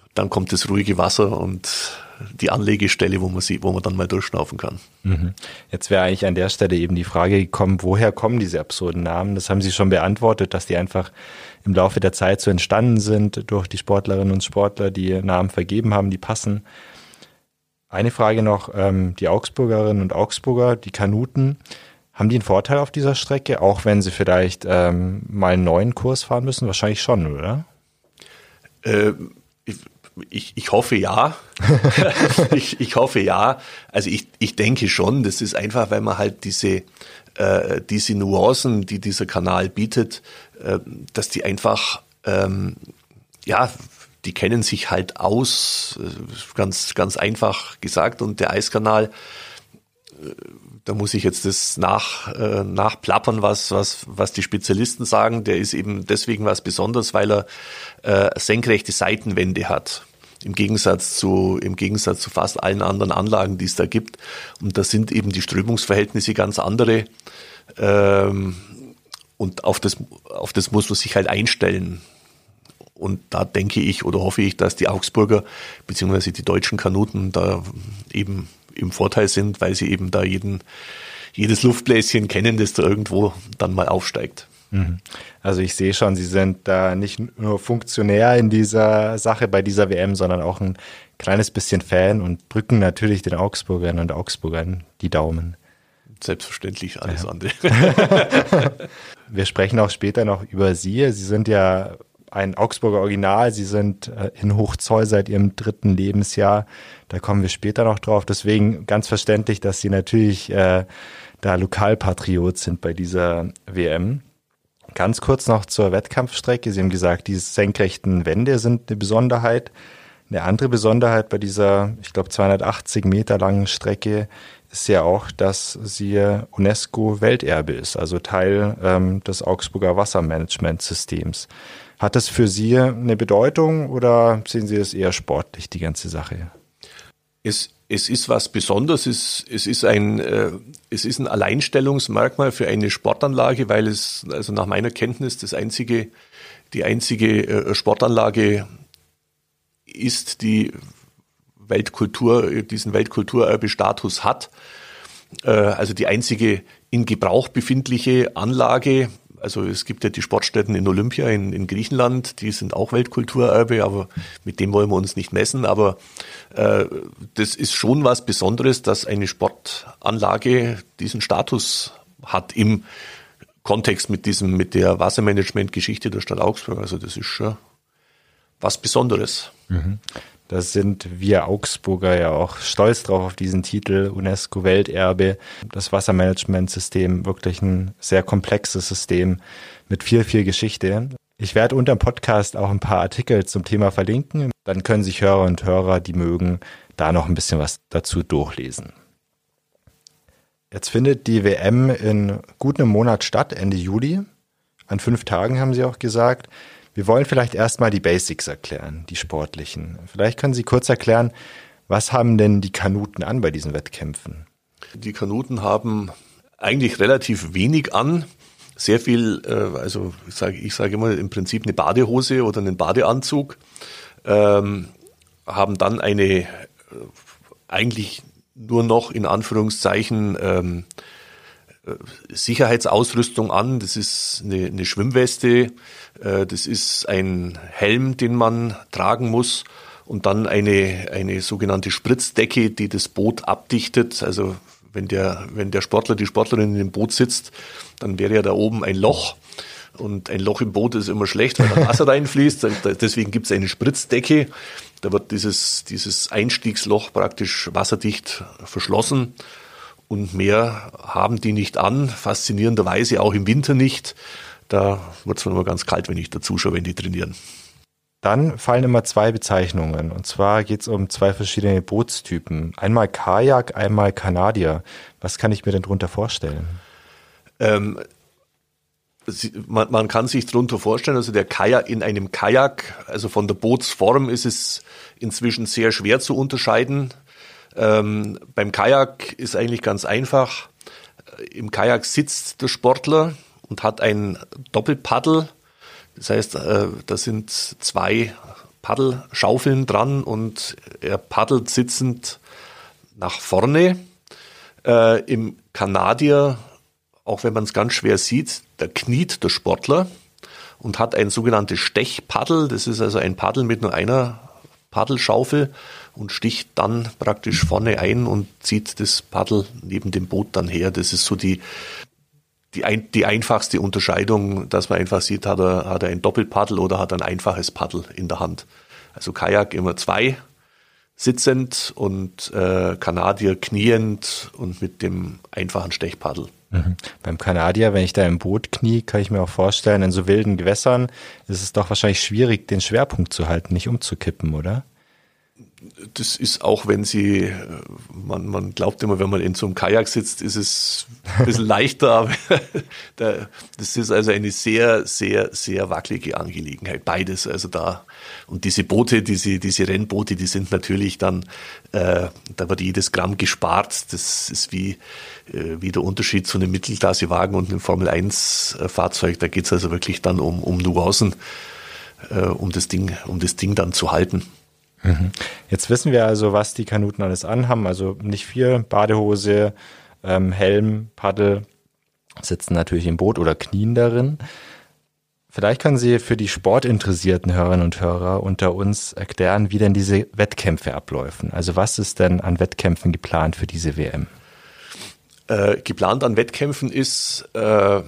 dann kommt das ruhige Wasser und die Anlegestelle, wo man sie, wo man dann mal durchschnaufen kann. Mhm. Jetzt wäre eigentlich an der Stelle eben die Frage gekommen, woher kommen diese absurden Namen? Das haben Sie schon beantwortet, dass die einfach im Laufe der Zeit so entstanden sind durch die Sportlerinnen und Sportler, die Namen vergeben haben, die passen. Eine Frage noch, ähm, die Augsburgerinnen und Augsburger, die Kanuten, haben die einen Vorteil auf dieser Strecke, auch wenn sie vielleicht ähm, mal einen neuen Kurs fahren müssen? Wahrscheinlich schon, oder? Äh, ich, ich, ich hoffe ja. ich, ich hoffe ja. Also ich, ich denke schon, das ist einfach, weil man halt diese, äh, diese Nuancen, die dieser Kanal bietet, äh, dass die einfach, ähm, ja, die kennen sich halt aus, ganz, ganz einfach gesagt. Und der Eiskanal, da muss ich jetzt das nach, äh, nachplappern, was, was, was die Spezialisten sagen. Der ist eben deswegen was Besonderes, weil er äh, senkrechte Seitenwände hat. Im Gegensatz zu, im Gegensatz zu fast allen anderen Anlagen, die es da gibt. Und da sind eben die Strömungsverhältnisse ganz andere. Ähm, und auf das, auf das muss man sich halt einstellen. Und da denke ich oder hoffe ich, dass die Augsburger bzw. die deutschen Kanuten da eben im Vorteil sind, weil sie eben da jeden, jedes Luftbläschen kennen, das da irgendwo dann mal aufsteigt. Also ich sehe schon, Sie sind da nicht nur Funktionär in dieser Sache bei dieser W M, sondern auch ein kleines bisschen Fan und drücken natürlich den Augsburgern und Augsburgern die Daumen. Selbstverständlich alles ja. andere. Wir sprechen auch später noch über Sie. Sie sind ja ein Augsburger Original. Sie sind in Hochzoll seit Ihrem dritten Lebensjahr. Da kommen wir später noch drauf. Deswegen ganz verständlich, dass Sie natürlich äh, da Lokalpatriot sind bei dieser W M. Ganz kurz noch zur Wettkampfstrecke. Sie haben gesagt, die senkrechten Wände sind eine Besonderheit. Eine andere Besonderheit bei dieser, ich glaube, zweihundertachtzig Meter langen Strecke ist ja auch, dass sie UNESCO-Welterbe ist, also Teil ähm, des Augsburger Wassermanagementsystems. Hat das für Sie eine Bedeutung oder sehen Sie das eher sportlich, die ganze Sache? Es, es ist was Besonderes, es, es, ist ein, äh, es ist ein Alleinstellungsmerkmal für eine Sportanlage, weil es, also nach meiner Kenntnis, das einzige, die einzige äh, Sportanlage ist, die Weltkultur, diesen Weltkulturerbe-Status hat. Äh, also die einzige in Gebrauch befindliche Anlage. Also es gibt ja die Sportstätten in Olympia in, in Griechenland, die sind auch Weltkulturerbe, aber mit dem wollen wir uns nicht messen. Aber äh, das ist schon was Besonderes, dass eine Sportanlage diesen Status hat im Kontext mit diesem, mit der Wassermanagement-Geschichte der Stadt Augsburg. Also das ist schon was Besonderes. Mhm. Da sind wir Augsburger ja auch stolz drauf auf diesen Titel UNESCO-Welterbe. Das Wassermanagementsystem, wirklich ein sehr komplexes System mit viel, viel Geschichte. Ich werde unter dem Podcast auch ein paar Artikel zum Thema verlinken. Dann können sich Hörer und Hörer, die mögen, da noch ein bisschen was dazu durchlesen. Jetzt findet die W M in gut einem Monat statt, Ende Juli. An fünf Tagen haben Sie auch gesagt. Wir wollen vielleicht erstmal die Basics erklären, die sportlichen. Vielleicht können Sie kurz erklären, was haben denn die Kanuten an bei diesen Wettkämpfen? Die Kanuten haben eigentlich relativ wenig an. Sehr viel, also ich sage ich sage immer im Prinzip eine Badehose oder einen Badeanzug. Ähm, haben dann eine eigentlich nur noch in Anführungszeichen ähm, Sicherheitsausrüstung an. Das ist eine, eine Schwimmweste, äh, das ist ein Helm, den man tragen muss und dann eine, eine sogenannte Spritzdecke, die das Boot abdichtet. Also wenn der, wenn der Sportler, die Sportlerin in dem Boot sitzt, dann wäre ja da oben ein Loch. Und ein Loch im Boot ist immer schlecht, weil da Wasser reinfließt. Deswegen gibt es eine Spritzdecke. Da wird dieses, dieses Einstiegsloch praktisch wasserdicht verschlossen. Und mehr haben die nicht an, faszinierenderweise auch im Winter nicht. Da wird es immer ganz kalt, wenn ich da zuschaue, wenn die trainieren. Dann fallen immer zwei Bezeichnungen. Und zwar geht es um zwei verschiedene Bootstypen. Einmal Kajak, einmal Kanadier. Was kann ich mir denn darunter vorstellen? Ähm, man, man kann sich darunter vorstellen, also der Kajak in einem Kajak, also von der Bootsform ist es inzwischen sehr schwer zu unterscheiden. Ähm, beim Kajak ist eigentlich ganz einfach. Im Kajak sitzt der Sportler und hat ein Doppelpaddel. Das heißt, äh, da sind zwei Paddelschaufeln dran und er paddelt sitzend nach vorne. Äh, Im Kanadier, auch wenn man es ganz schwer sieht, da kniet der Sportler und hat ein sogenanntes Stechpaddel. Das ist also ein Paddel mit nur einer Paddelschaufel und sticht dann praktisch vorne ein und zieht das Paddel neben dem Boot dann her. Das ist so die, die, ein, die einfachste Unterscheidung, dass man einfach sieht, hat er, hat er ein Doppelpaddel oder hat er ein einfaches Paddel in der Hand. Also Kajak immer zwei, sitzend und äh, Kanadier kniend und mit dem einfachen Stechpaddel. Mhm. Beim Kanadier, wenn ich da im Boot knie, kann ich mir auch vorstellen, in so wilden Gewässern ist es doch wahrscheinlich schwierig, den Schwerpunkt zu halten, nicht umzukippen, oder? Das ist auch, wenn Sie, man, man glaubt immer, wenn man in so einem Kajak sitzt, ist es ein bisschen leichter, aber das ist also eine sehr, sehr, sehr wackelige Angelegenheit, beides. Also da, und diese Boote, diese, diese Rennboote, die sind natürlich dann, äh, da wird jedes Gramm gespart. Das ist wie, äh, wie der Unterschied zu einem Mittelklassewagen und einem Formel eins Fahrzeug. Da geht es also wirklich dann um, um Nuancen, äh, um das Ding, um das Ding dann zu halten. Jetzt wissen wir also, was die Kanuten alles anhaben, also nicht viel, Badehose, ähm, Helm, Paddel, sitzen natürlich im Boot oder knien darin. Vielleicht können Sie für die sportinteressierten Hörerinnen und Hörer unter uns erklären, wie denn diese Wettkämpfe abläufen. Also was ist denn an Wettkämpfen geplant für diese W M? Äh, geplant an Wettkämpfen ist äh,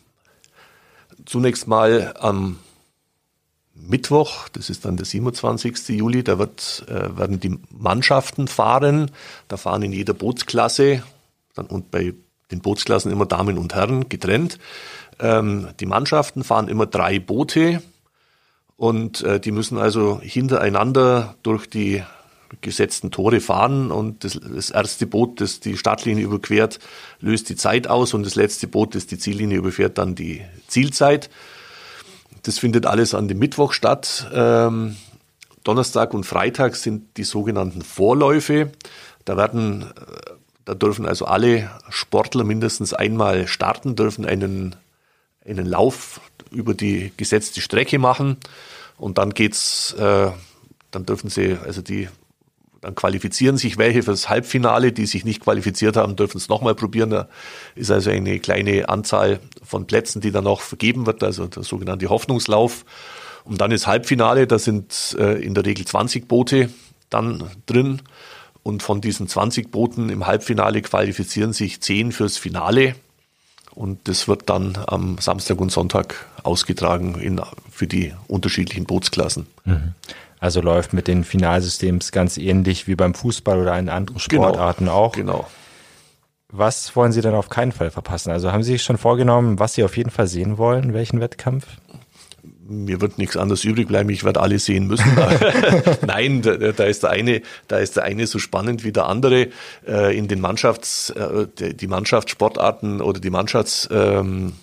zunächst mal am Mittwoch, das ist dann der siebenundzwanzigsten Juli, da wird, äh, werden die Mannschaften fahren. Da fahren in jeder Bootsklasse dann, und bei den Bootsklassen immer Damen und Herren getrennt. Ähm, die Mannschaften fahren immer drei Boote und äh, die müssen also hintereinander durch die gesetzten Tore fahren und das, das erste Boot, das die Startlinie überquert, löst die Zeit aus und das letzte Boot, das die Ziellinie überfährt, dann die Zielzeit. Das findet alles an dem Mittwoch statt. Ähm, Donnerstag und Freitag sind die sogenannten Vorläufe. Da werden, da dürfen also alle Sportler mindestens einmal starten, dürfen einen, einen Lauf über die gesetzte Strecke machen und dann geht's, äh, dann dürfen sie, also die, dann qualifizieren sich welche fürs Halbfinale, die sich nicht qualifiziert haben, dürfen es nochmal probieren. Da ist also eine kleine Anzahl von Plätzen, die dann noch vergeben wird, also der sogenannte Hoffnungslauf. Und dann ist Halbfinale, da sind äh, in der Regel zwanzig Boote dann drin. Und von diesen zwanzig Booten im Halbfinale qualifizieren sich zehn fürs Finale. Und das wird dann am Samstag und Sonntag ausgetragen in, für die unterschiedlichen Bootsklassen. Mhm. Also läuft mit den Finalsystems ganz ähnlich wie beim Fußball oder in anderen Sportarten genau, auch. Genau. Was wollen Sie denn auf keinen Fall verpassen? Also haben Sie sich schon vorgenommen, was Sie auf jeden Fall sehen wollen, welchen Wettkampf? Mir wird nichts anderes übrig bleiben, ich werde alle sehen müssen. Nein, da, da ist der eine, da ist der eine so spannend wie der andere. Äh, in den Mannschafts, äh, die Mannschaftssportarten oder die Mannschafts ähm,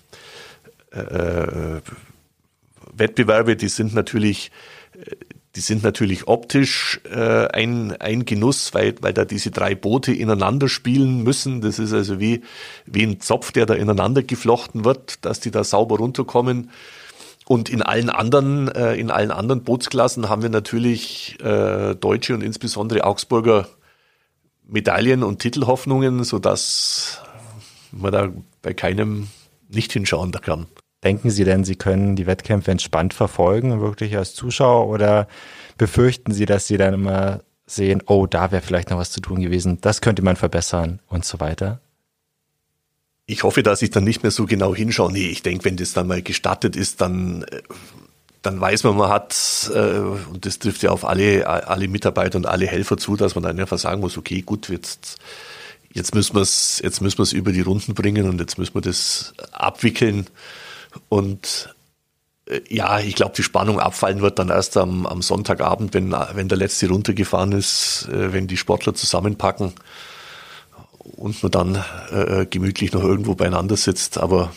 äh, Wettbewerbe, die sind natürlich Die sind natürlich optisch äh, ein, ein Genuss, weil, weil da diese drei Boote ineinander spielen müssen. Das ist also wie, wie ein Zopf, der da ineinander geflochten wird, dass die da sauber runterkommen. Und in allen anderen, äh, in allen anderen Bootsklassen haben wir natürlich äh, deutsche und insbesondere Augsburger Medaillen und Titelhoffnungen, sodass man da bei keinem nicht hinschauen kann. Denken Sie denn, Sie können die Wettkämpfe entspannt verfolgen, wirklich als Zuschauer, oder befürchten Sie, dass Sie dann immer sehen, oh, da wäre vielleicht noch was zu tun gewesen, das könnte man verbessern und so weiter? Ich hoffe, dass ich dann nicht mehr so genau hinschaue. Nee, ich denke, wenn das dann mal gestattet ist, dann, dann weiß man, man hat, und das trifft ja auf alle, alle Mitarbeiter und alle Helfer zu, dass man dann einfach sagen muss, okay, gut, jetzt, jetzt müssen wir es, jetzt müssen wir es über die Runden bringen und jetzt müssen wir das abwickeln. Und äh, ja, ich glaube, die Spannung abfallen wird dann erst am, am Sonntagabend, wenn, wenn der letzte runtergefahren ist, äh, wenn die Sportler zusammenpacken und man dann äh, gemütlich noch irgendwo beieinander sitzt. Aber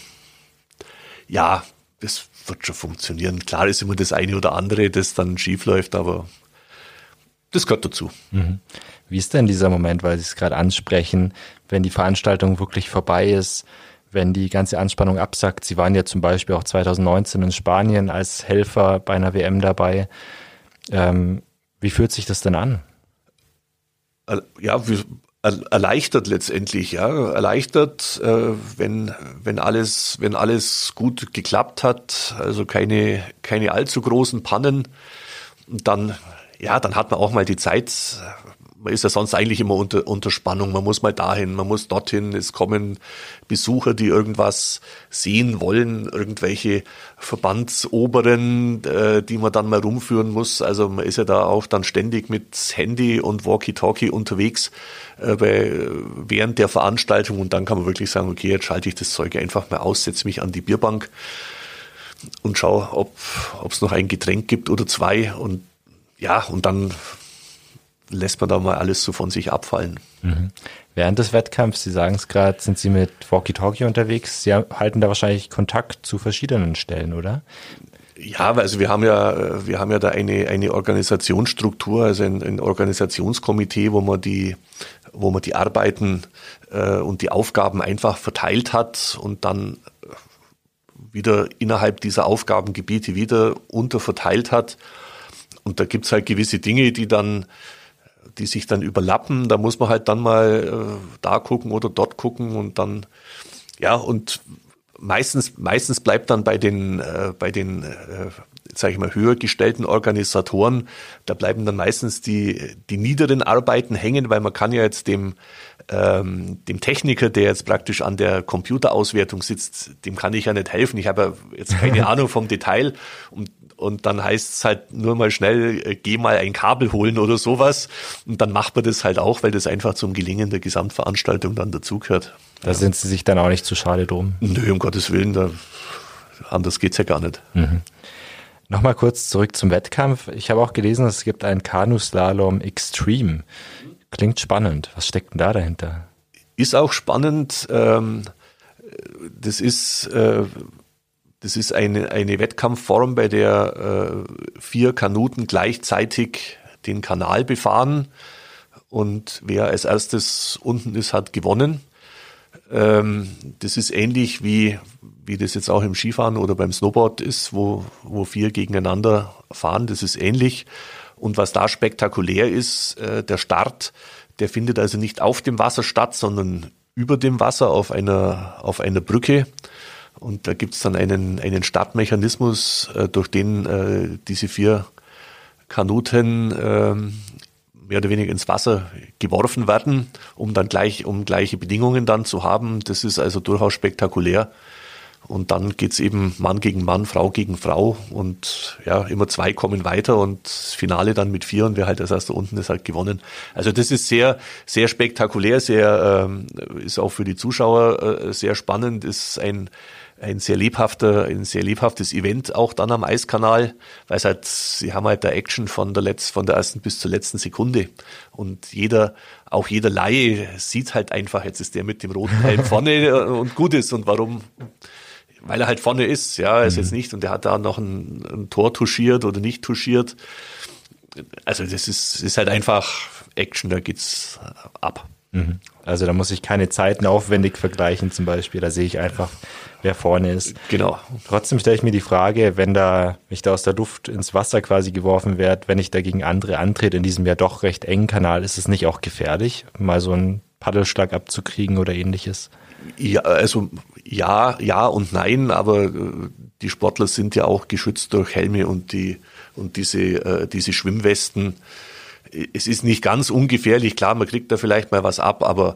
ja, das wird schon funktionieren. Klar ist immer das eine oder andere, das dann schief läuft, aber das gehört dazu. Mhm. Wie ist denn dieser Moment, weil Sie es gerade ansprechen, wenn die Veranstaltung wirklich vorbei ist, wenn die ganze Anspannung absackt? Sie waren ja zum Beispiel auch zwanzig neunzehn in Spanien als Helfer bei einer W M dabei. Ähm, wie fühlt sich das denn an? Ja, wie, erleichtert letztendlich, ja, erleichtert, äh, wenn wenn alles wenn alles gut geklappt hat, also keine keine allzu großen Pannen, dann ja, dann hat man auch mal die Zeit. Man ist ja sonst eigentlich immer unter, unter Spannung. Man muss mal dahin, man muss dorthin. Es kommen Besucher, die irgendwas sehen wollen, irgendwelche Verbandsoberen, äh, die man dann mal rumführen muss. Also man ist ja da auch dann ständig mit Handy und Walkie-Talkie unterwegs äh, bei, während der Veranstaltung. Und dann kann man wirklich sagen, okay, jetzt schalte ich das Zeug einfach mal aus, setze mich an die Bierbank und schaue, ob es noch ein Getränk gibt oder zwei. Und ja, und dann lässt man da mal alles so von sich abfallen. Mhm. Während des Wettkampfs, Sie sagen es gerade, sind Sie mit Walkie-Talkie unterwegs. Sie halten da wahrscheinlich Kontakt zu verschiedenen Stellen, oder? Ja, also wir haben ja, wir haben ja da eine, eine Organisationsstruktur, also ein, ein Organisationskomitee, wo man die, wo man die Arbeiten äh, und die Aufgaben einfach verteilt hat und dann wieder innerhalb dieser Aufgabengebiete wieder unterverteilt hat. Und da gibt's halt gewisse Dinge, die dann die sich dann überlappen, da muss man halt dann mal äh, da gucken oder dort gucken und dann, ja, und meistens meistens bleibt dann bei den, äh, bei den, äh, sage ich mal, höher gestellten Organisatoren, da bleiben dann meistens die, die niederen Arbeiten hängen, weil man kann ja jetzt dem, ähm, dem Techniker, der jetzt praktisch an der Computerauswertung sitzt, dem kann ich ja nicht helfen. Ich habe ja jetzt keine Ahnung vom Detail und Und dann heißt es halt nur mal schnell, äh, geh mal ein Kabel holen oder sowas. Und dann macht man das halt auch, weil das einfach zum Gelingen der Gesamtveranstaltung dann dazugehört. Da ja. Sind Sie sich dann auch nicht zu schade drum? Nö, um Gottes Willen, da, anders geht's ja gar nicht. Mhm. Nochmal kurz zurück zum Wettkampf. Ich habe auch gelesen, es gibt einen Kanuslalom Extreme. Klingt spannend. Was steckt denn da dahinter? Ist auch spannend. Ähm, das ist... Äh, Das ist eine, eine Wettkampfform, bei der äh, vier Kanuten gleichzeitig den Kanal befahren und wer als erstes unten ist, hat gewonnen. Ähm, das ist ähnlich wie, wie das jetzt auch im Skifahren oder beim Snowboard ist, wo, wo vier gegeneinander fahren. Das ist ähnlich. Und was da spektakulär ist, äh, der Start, der findet also nicht auf dem Wasser statt, sondern über dem Wasser auf einer, auf einer Brücke. Und da gibt's dann einen, einen Startmechanismus, äh, durch den äh, diese vier Kanuten äh, mehr oder weniger ins Wasser geworfen werden, um dann gleich, um gleiche Bedingungen dann zu haben. Das ist also durchaus spektakulär. Und dann geht's eben Mann gegen Mann, Frau gegen Frau. Und ja, immer zwei kommen weiter und das Finale dann mit vier und wer halt als erster unten ist, halt gewonnen. Also das ist sehr, sehr spektakulär, sehr, ähm, ist auch für die Zuschauer äh, sehr spannend, ist ein ein sehr lebhafter, ein sehr lebhaftes Event auch dann am Eiskanal, weil es halt, sie haben halt da Action von der letzten, von der ersten bis zur letzten Sekunde und jeder, auch jeder Laie sieht halt einfach, jetzt ist der mit dem roten Helm vorne und gut ist und warum? Weil er halt vorne ist, ja, ist mhm. jetzt nicht und der hat da noch ein, ein Tor touchiert oder nicht touchiert. Also das ist, ist halt einfach Action, da geht's ab. Mhm. Also da muss ich keine Zeiten aufwendig vergleichen zum Beispiel, da sehe ich einfach, wer vorne ist. Genau. Trotzdem stelle ich mir die Frage, wenn da mich da aus der Luft ins Wasser quasi geworfen werde, wenn ich da gegen andere antrete in diesem ja doch recht engen Kanal, ist es nicht auch gefährlich, mal so einen Paddelschlag abzukriegen oder ähnliches? Ja, also ja, ja und nein, aber die Sportler sind ja auch geschützt durch Helme und die und diese äh, diese Schwimmwesten. Es ist nicht ganz ungefährlich, klar, man kriegt da vielleicht mal was ab, aber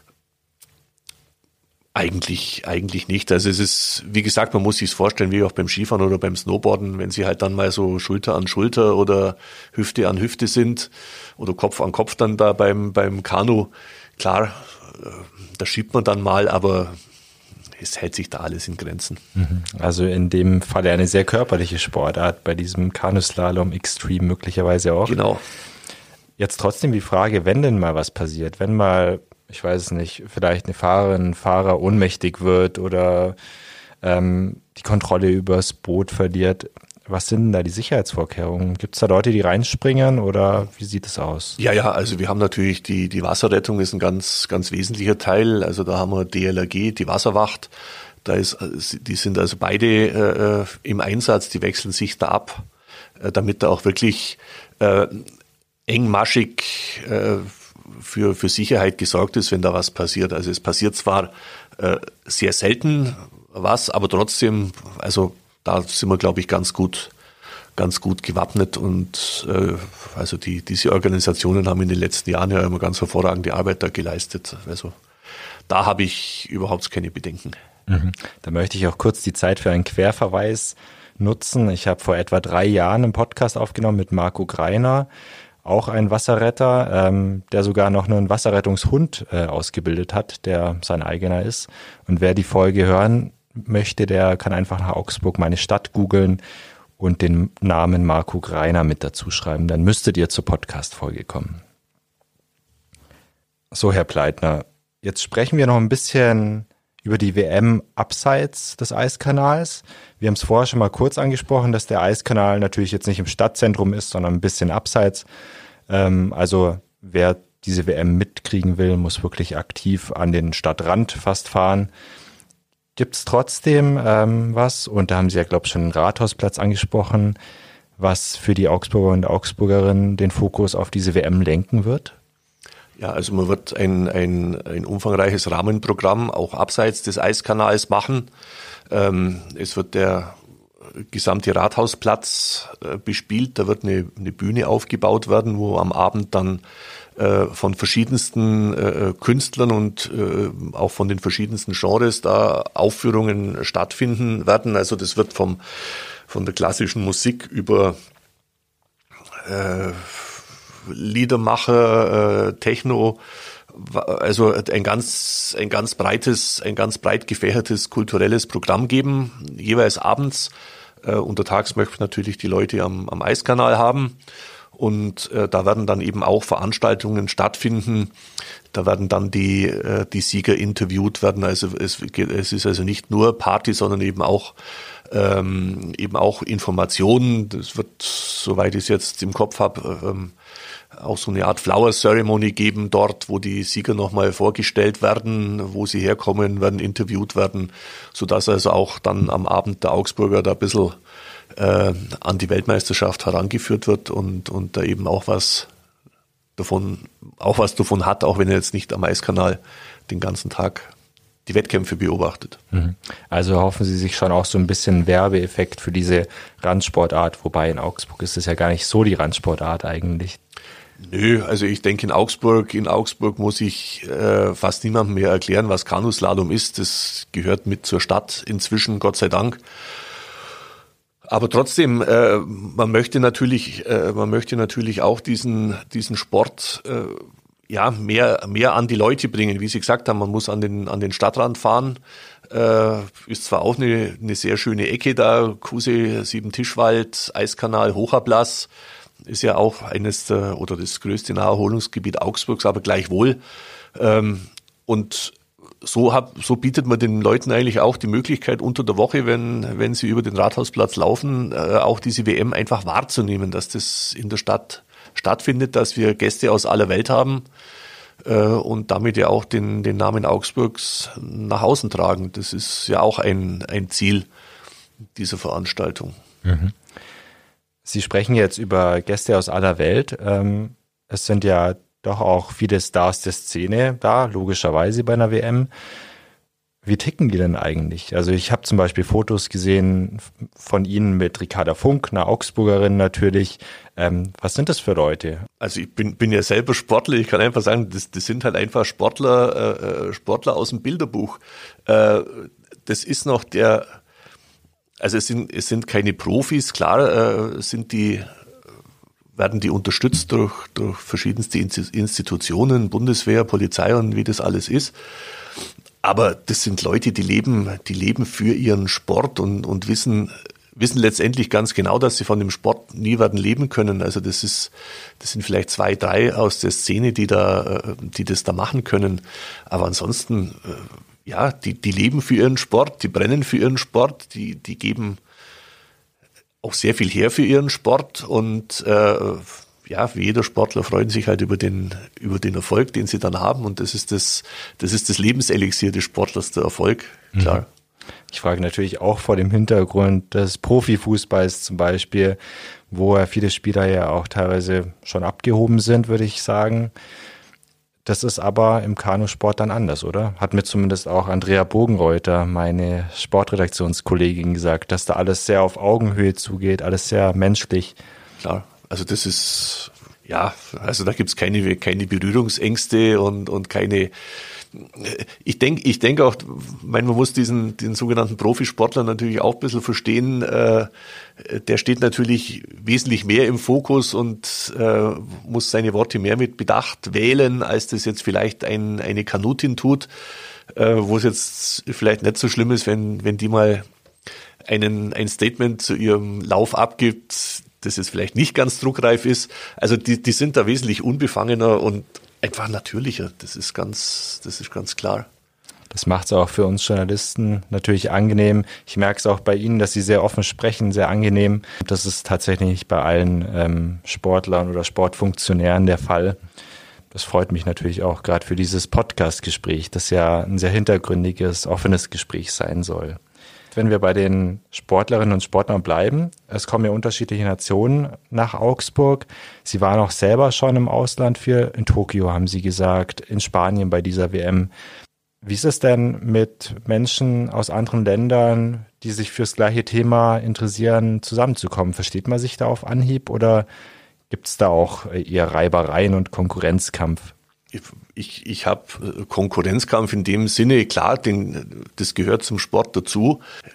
eigentlich, eigentlich nicht. Also es ist, wie gesagt, man muss sich es vorstellen, wie auch beim Skifahren oder beim Snowboarden, wenn sie halt dann mal so Schulter an Schulter oder Hüfte an Hüfte sind oder Kopf an Kopf dann da beim, beim Kanu. Klar, da schiebt man dann mal, aber es hält sich da alles in Grenzen. Also in dem Falle eine sehr körperliche Sportart, bei diesem Kanuslalom Extreme möglicherweise auch. Genau. Jetzt trotzdem die Frage, wenn denn mal was passiert, wenn mal, ich weiß es nicht, vielleicht eine Fahrerin, ein Fahrer ohnmächtig wird oder ähm, die Kontrolle übers Boot verliert, was sind denn da die Sicherheitsvorkehrungen? Gibt es da Leute, die reinspringen oder wie sieht es aus? Ja, ja, also wir haben natürlich die, die Wasserrettung ist ein ganz, ganz wesentlicher Teil. Also da haben wir D L R G, die Wasserwacht. Da ist, die sind also beide äh, im Einsatz, die wechseln sich da ab. äh, damit da auch wirklich äh, engmaschig äh, für, für Sicherheit gesorgt ist, wenn da was passiert. Also es passiert zwar äh, sehr selten was, aber trotzdem, also da sind wir, glaube ich, ganz gut, ganz gut gewappnet und äh, also die, diese Organisationen haben in den letzten Jahren ja immer ganz hervorragende Arbeit da geleistet. Also da habe ich überhaupt keine Bedenken. Mhm. Da möchte ich auch kurz die Zeit für einen Querverweis nutzen. Ich habe vor etwa drei Jahren einen Podcast aufgenommen mit Marco Greiner, auch ein Wasserretter, ähm, der sogar noch einen Wasserrettungshund äh, ausgebildet hat, der sein eigener ist. Und wer die Folge hören möchte, der kann einfach nach Augsburg meine Stadt googeln und den Namen Marco Greiner mit dazu schreiben. Dann müsstet ihr zur Podcast-Folge kommen. So, Herr Pleitner, jetzt sprechen wir noch ein bisschen über die W M abseits des Eiskanals. Wir haben es vorher schon mal kurz angesprochen, dass der Eiskanal natürlich jetzt nicht im Stadtzentrum ist, sondern ein bisschen abseits. Ähm, also wer diese W M mitkriegen will, muss wirklich aktiv an den Stadtrand fast fahren. Gibt es trotzdem ähm, was, und da haben Sie ja, glaube ich, schon den Rathausplatz angesprochen, was für die Augsburger und Augsburgerinnen den Fokus auf diese W M lenken wird? Ja, also man wird ein, ein, ein umfangreiches Rahmenprogramm auch abseits des Eiskanals machen. Ähm, es wird der gesamte Rathausplatz äh, bespielt. Da wird eine, eine Bühne aufgebaut werden, wo am Abend dann äh, von verschiedensten äh, Künstlern und äh, auch von den verschiedensten Genres da Aufführungen stattfinden werden. Also das wird vom von der klassischen Musik über äh, Liedermacher, äh, Techno, also ein ganz, ein ganz breites, ein ganz breit gefächertes kulturelles Programm geben, jeweils abends. Äh, untertags möchten wir natürlich die Leute am, am Eiskanal haben. Und äh, da werden dann eben auch Veranstaltungen stattfinden. Da werden dann die, äh, die Sieger interviewt werden. Also es, es ist also nicht nur Party, sondern eben auch ähm, eben auch Informationen. Das wird, soweit ich es jetzt im Kopf habe, ähm, auch so eine Art Flower Ceremony geben dort, wo die Sieger nochmal vorgestellt werden, wo sie herkommen, werden interviewt werden, sodass also auch dann am Abend der Augsburger da ein bisschen äh, an die Weltmeisterschaft herangeführt wird und, und da eben auch was davon, auch was davon hat, auch wenn er jetzt nicht am Eiskanal den ganzen Tag die Wettkämpfe beobachtet. Also hoffen Sie sich schon auch so ein bisschen Werbeeffekt für diese Randsportart, wobei in Augsburg ist es ja gar nicht so die Randsportart eigentlich. Nö, also ich denke in Augsburg, in Augsburg muss ich äh, fast niemandem mehr erklären, was Kanuslalom ist. Das gehört mit zur Stadt inzwischen, Gott sei Dank. Aber trotzdem, äh, man möchte natürlich, äh, man möchte natürlich auch diesen diesen Sport äh, ja mehr mehr an die Leute bringen. Wie Sie gesagt haben, man muss an den an den Stadtrand fahren. Äh, ist zwar auch eine eine sehr schöne Ecke da, Kusee, Siebentischwald, Eiskanal, Hochablass. Ist ja auch eines der, oder das größte Naherholungsgebiet Augsburgs, aber gleichwohl. Ähm, und so, hab, so bietet man den Leuten eigentlich auch die Möglichkeit, unter der Woche, wenn, wenn sie über den Rathausplatz laufen, äh, auch diese W M einfach wahrzunehmen, dass das in der Stadt stattfindet, dass wir Gäste aus aller Welt haben äh, und damit ja auch den, den Namen Augsburgs nach außen tragen. Das ist ja auch ein, ein Ziel dieser Veranstaltung. Mhm. Sie sprechen jetzt über Gäste aus aller Welt. Es sind ja doch auch viele Stars der Szene da, logischerweise bei einer W M. Wie ticken die denn eigentlich? Also ich habe zum Beispiel Fotos gesehen von Ihnen mit Ricarda Funk, einer Augsburgerin natürlich. Ähm, was sind das für Leute? Also ich bin, bin ja selber Sportler. Ich kann einfach sagen, das, das sind halt einfach Sportler, äh, Sportler aus dem Bilderbuch. Äh, das ist noch der... Also es sind, es sind keine Profis, klar äh, sind die, werden die unterstützt durch, durch verschiedenste Institutionen, Bundeswehr, Polizei und wie das alles ist. Aber das sind Leute, die leben, die leben für ihren Sport und, und wissen, wissen letztendlich ganz genau, dass sie von dem Sport nie werden leben können. Also das ist, das sind vielleicht zwei, drei aus der Szene, die da, die das da machen können. Aber ansonsten, ja, die, die leben für ihren Sport, die brennen für ihren Sport, die, die geben auch sehr viel her für ihren Sport und äh, ja, wie jeder Sportler freuen sich halt über den, über den Erfolg, den sie dann haben und das ist das, das ist das Lebenselixier des Sportlers, der Erfolg, klar. Ich frage natürlich auch vor dem Hintergrund des Profifußballs zum Beispiel, wo ja viele Spieler ja auch teilweise schon abgehoben sind, würde ich sagen. Das ist aber im Kanusport dann anders, oder? Hat mir zumindest auch Andrea Bogenreuter, meine Sportredaktionskollegin, gesagt, dass da alles sehr auf Augenhöhe zugeht, alles sehr menschlich. Klar, also das ist, ja, also da gibt's keine, keine Berührungsängste und, und keine, ich denke ich denke auch, man muss diesen den sogenannten Profisportler natürlich auch ein bisschen verstehen, äh, der steht natürlich wesentlich mehr im Fokus und äh, muss seine Worte mehr mit Bedacht wählen, als das jetzt vielleicht ein, eine Kanutin tut, äh, wo es jetzt vielleicht nicht so schlimm ist, wenn, wenn die mal einen, ein Statement zu ihrem Lauf abgibt, das jetzt vielleicht nicht ganz druckreif ist. Also die, die sind da wesentlich unbefangener und einfach natürlicher. Das ist ganz, das ist ganz klar. Das macht es auch für uns Journalisten natürlich angenehm. Ich merke es auch bei Ihnen, dass Sie sehr offen sprechen, sehr angenehm. Das ist tatsächlich nicht bei allen ähm, Sportlern oder Sportfunktionären der Fall. Das freut mich natürlich auch gerade für dieses Podcast-Gespräch, das ja ein sehr hintergründiges, offenes Gespräch sein soll. Wenn wir bei den Sportlerinnen und Sportlern bleiben, es kommen ja unterschiedliche Nationen nach Augsburg. Sie waren auch selber schon im Ausland für, in Tokio haben Sie gesagt, in Spanien bei dieser W M. Wie ist es denn mit Menschen aus anderen Ländern, die sich fürs gleiche Thema interessieren, zusammenzukommen? Versteht man sich da auf Anhieb oder gibt es da auch eher Reibereien und Konkurrenzkampf? Ich, ich habe Konkurrenzkampf in dem Sinne, klar, den, das gehört zum Sport dazu.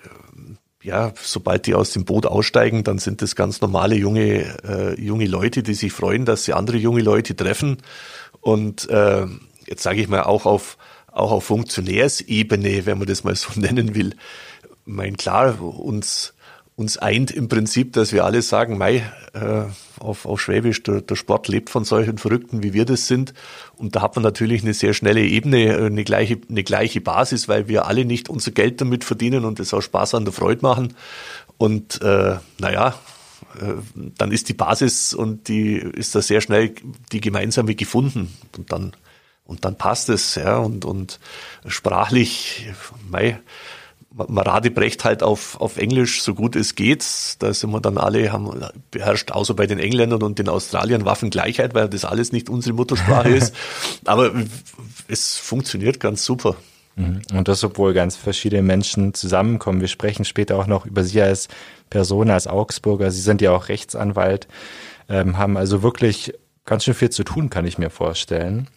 Ja, sobald die aus dem Boot aussteigen, dann sind das ganz normale junge, äh, junge Leute, die sich freuen, dass sie andere junge Leute treffen. Und äh, jetzt sage ich mal auch auf, auch auf Funktionärsebene, wenn man das mal so nennen will. Mein klar, uns Uns eint im Prinzip, dass wir alle sagen, mei, äh, auf, auf Schwäbisch, der, der Sport lebt von solchen Verrückten, wie wir das sind. Und da hat man natürlich eine sehr schnelle Ebene, eine gleiche, eine gleiche Basis, weil wir alle nicht unser Geld damit verdienen und es auch Spaß an der Freude machen. Und äh, naja, äh, dann ist die Basis und die ist da sehr schnell die gemeinsame gefunden. Und dann, und dann passt es, ja, und, und sprachlich, mei, man radebrecht halt auf, auf Englisch, so gut es geht. Da sind wir dann alle, haben beherrscht, außer bei den Engländern und den Australiern, Waffengleichheit, weil das alles nicht unsere Muttersprache ist. Aber es funktioniert ganz super. Und das, obwohl ganz verschiedene Menschen zusammenkommen. Wir sprechen später auch noch über Sie als Person, als Augsburger. Sie sind ja auch Rechtsanwalt, ähm, haben also wirklich ganz schön viel zu tun, kann ich mir vorstellen.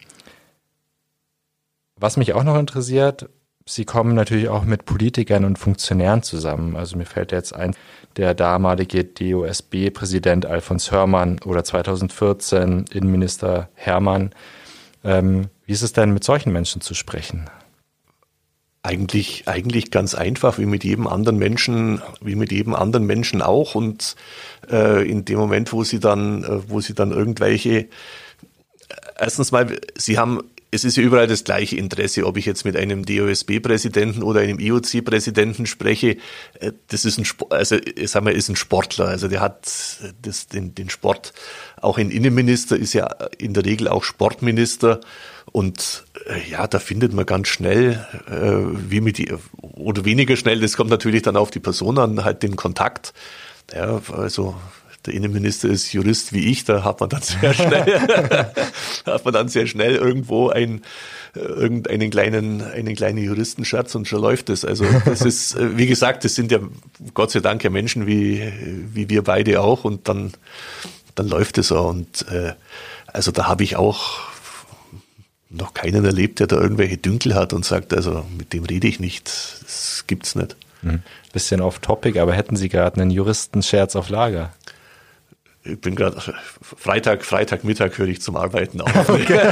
Was mich auch noch interessiert, Sie kommen natürlich auch mit Politikern und Funktionären zusammen. Also mir fällt jetzt ein, der damalige D O S B-Präsident Alfons Hörmann oder zweitausendvierzehn Innenminister Hermann. Ähm, wie ist es denn, mit solchen Menschen zu sprechen? Eigentlich, eigentlich ganz einfach, wie mit jedem anderen Menschen, wie mit jedem anderen Menschen auch. Und äh, in dem Moment, wo sie dann, äh, wo sie dann irgendwelche, erstens mal, sie haben Es ist ja überall das gleiche Interesse, ob ich jetzt mit einem D O S B-Präsidenten oder einem I O C-Präsidenten spreche. Das ist ein, also sagen wir, ist ein Sportler. Also der hat das, den, den Sport. Auch ein Innenminister ist ja in der Regel auch Sportminister. Und ja, da findet man ganz schnell, wie mit die, oder weniger schnell. Das kommt natürlich dann auf die Person an, halt den Kontakt. Ja, also der Innenminister ist Jurist wie ich, da hat man dann sehr schnell, hat man dann sehr schnell irgendwo ein, irgendeinen kleinen, einen kleinen Juristenscherz und schon läuft es. Also das ist, wie gesagt, das sind ja Gott sei Dank ja Menschen wie, wie wir beide auch und dann, dann läuft es auch. Und äh, also da habe ich auch noch keinen erlebt, der da irgendwelche Dünkel hat und sagt, also mit dem rede ich nicht. Das gibt's nicht. Hm. Bisschen off topic, aber hätten Sie gerade einen Juristenscherz auf Lager? Ich bin gerade Freitag, Freitagmittag höre ich zum Arbeiten auf. Okay.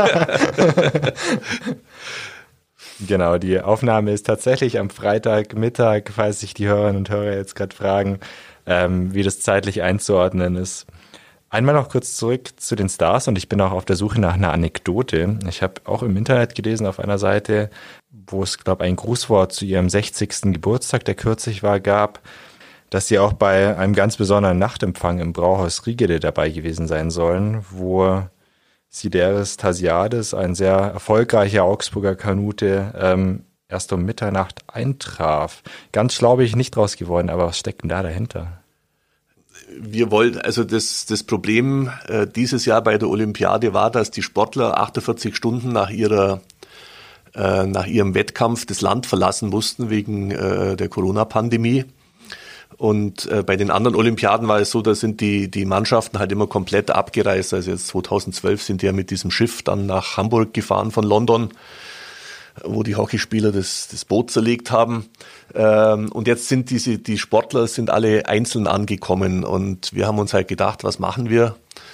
Genau, die Aufnahme ist tatsächlich am Freitagmittag, falls sich die Hörerinnen und Hörer jetzt gerade fragen, ähm, wie das zeitlich einzuordnen ist. Einmal noch kurz zurück zu den Stars und ich bin auch auf der Suche nach einer Anekdote. Ich habe auch im Internet gelesen auf einer Seite, wo es, glaube ich, ein Grußwort zu ihrem sechzigsten Geburtstag, der kürzlich war, gab, dass sie auch bei einem ganz besonderen Nachtempfang im Brauhaus Rigede dabei gewesen sein sollen, wo Sideris Tasiades, ein sehr erfolgreicher Augsburger Kanute, ähm, erst um Mitternacht eintraf. Ganz schlau bin ich nicht draus geworden, aber was steckt denn da dahinter? Wir wollten, also das, das Problem äh, dieses Jahr bei der Olympiade war, dass die Sportler achtundvierzig Stunden nach ihrer äh, nach ihrem Wettkampf das Land verlassen mussten wegen äh, der Corona-Pandemie. Und äh, bei den anderen Olympiaden war es so, da sind die die Mannschaften halt immer komplett abgereist. Also jetzt zweitausendzwölf sind die ja mit diesem Schiff dann nach Hamburg gefahren von London, wo die Hockeyspieler das, das Boot zerlegt haben. Ähm, und jetzt sind diese, die Sportler sind alle einzeln angekommen und wir haben uns halt gedacht, was machen wir?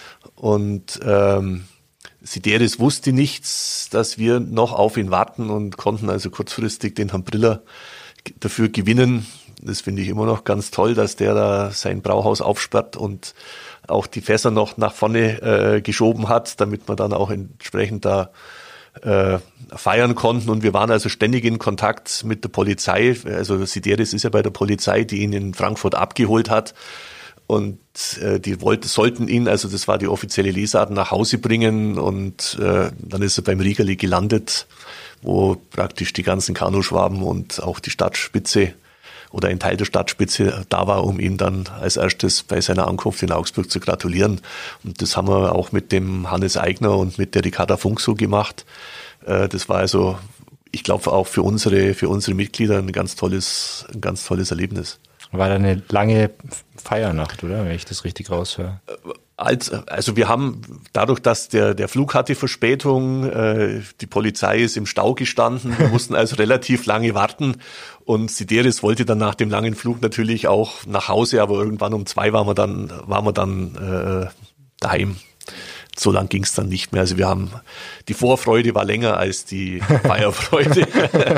Und ähm, Sideris wusste nichts, dass wir noch auf ihn warten und konnten also kurzfristig den Herrn Briller dafür gewinnen. Das finde ich immer noch ganz toll, dass der da sein Brauhaus aufsperrt und auch die Fässer noch nach vorne äh, geschoben hat, damit man dann auch entsprechend da äh, feiern konnten. Und wir waren also ständig in Kontakt mit der Polizei. Also Sideris ist ja bei der Polizei, die ihn in Frankfurt abgeholt hat. Und äh, die wollten, sollten ihn, also das war die offizielle Lesart, nach Hause bringen. Und äh, dann ist er beim Riegerli gelandet, wo praktisch die ganzen Kanuschwaben und auch die Stadtspitze oder ein Teil der Stadtspitze da war, um ihm dann als erstes bei seiner Ankunft in Augsburg zu gratulieren. Und das haben wir auch mit dem Hannes Eigner und mit der Ricarda Funk so gemacht. Das war also, ich glaube, auch für unsere, für unsere Mitglieder ein ganz tolles, ein ganz tolles Erlebnis. War da eine lange Feiernacht, oder? Wenn ich das richtig raushöre. Als, also wir haben, dadurch, dass der, der Flug hatte Verspätung, äh, die Polizei ist im Stau gestanden, wir mussten also relativ lange warten und Sideris wollte dann nach dem langen Flug natürlich auch nach Hause, aber irgendwann um zwei waren wir dann, waren wir dann äh, daheim. So lang ging es dann nicht mehr. Also wir haben, die Vorfreude war länger als die Feierfreude.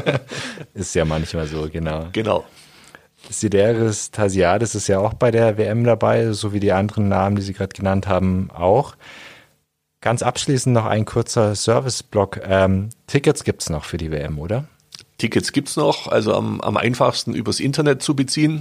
Ist ja manchmal so, genau. Genau. Sideris Tassiadis ist ja auch bei der W M dabei, so wie die anderen Namen, die Sie gerade genannt haben, auch. Ganz abschließend noch ein kurzer Serviceblock. Ähm, Tickets gibt's noch für die W M, oder? Tickets gibt's noch, also am, am einfachsten übers Internet zu beziehen.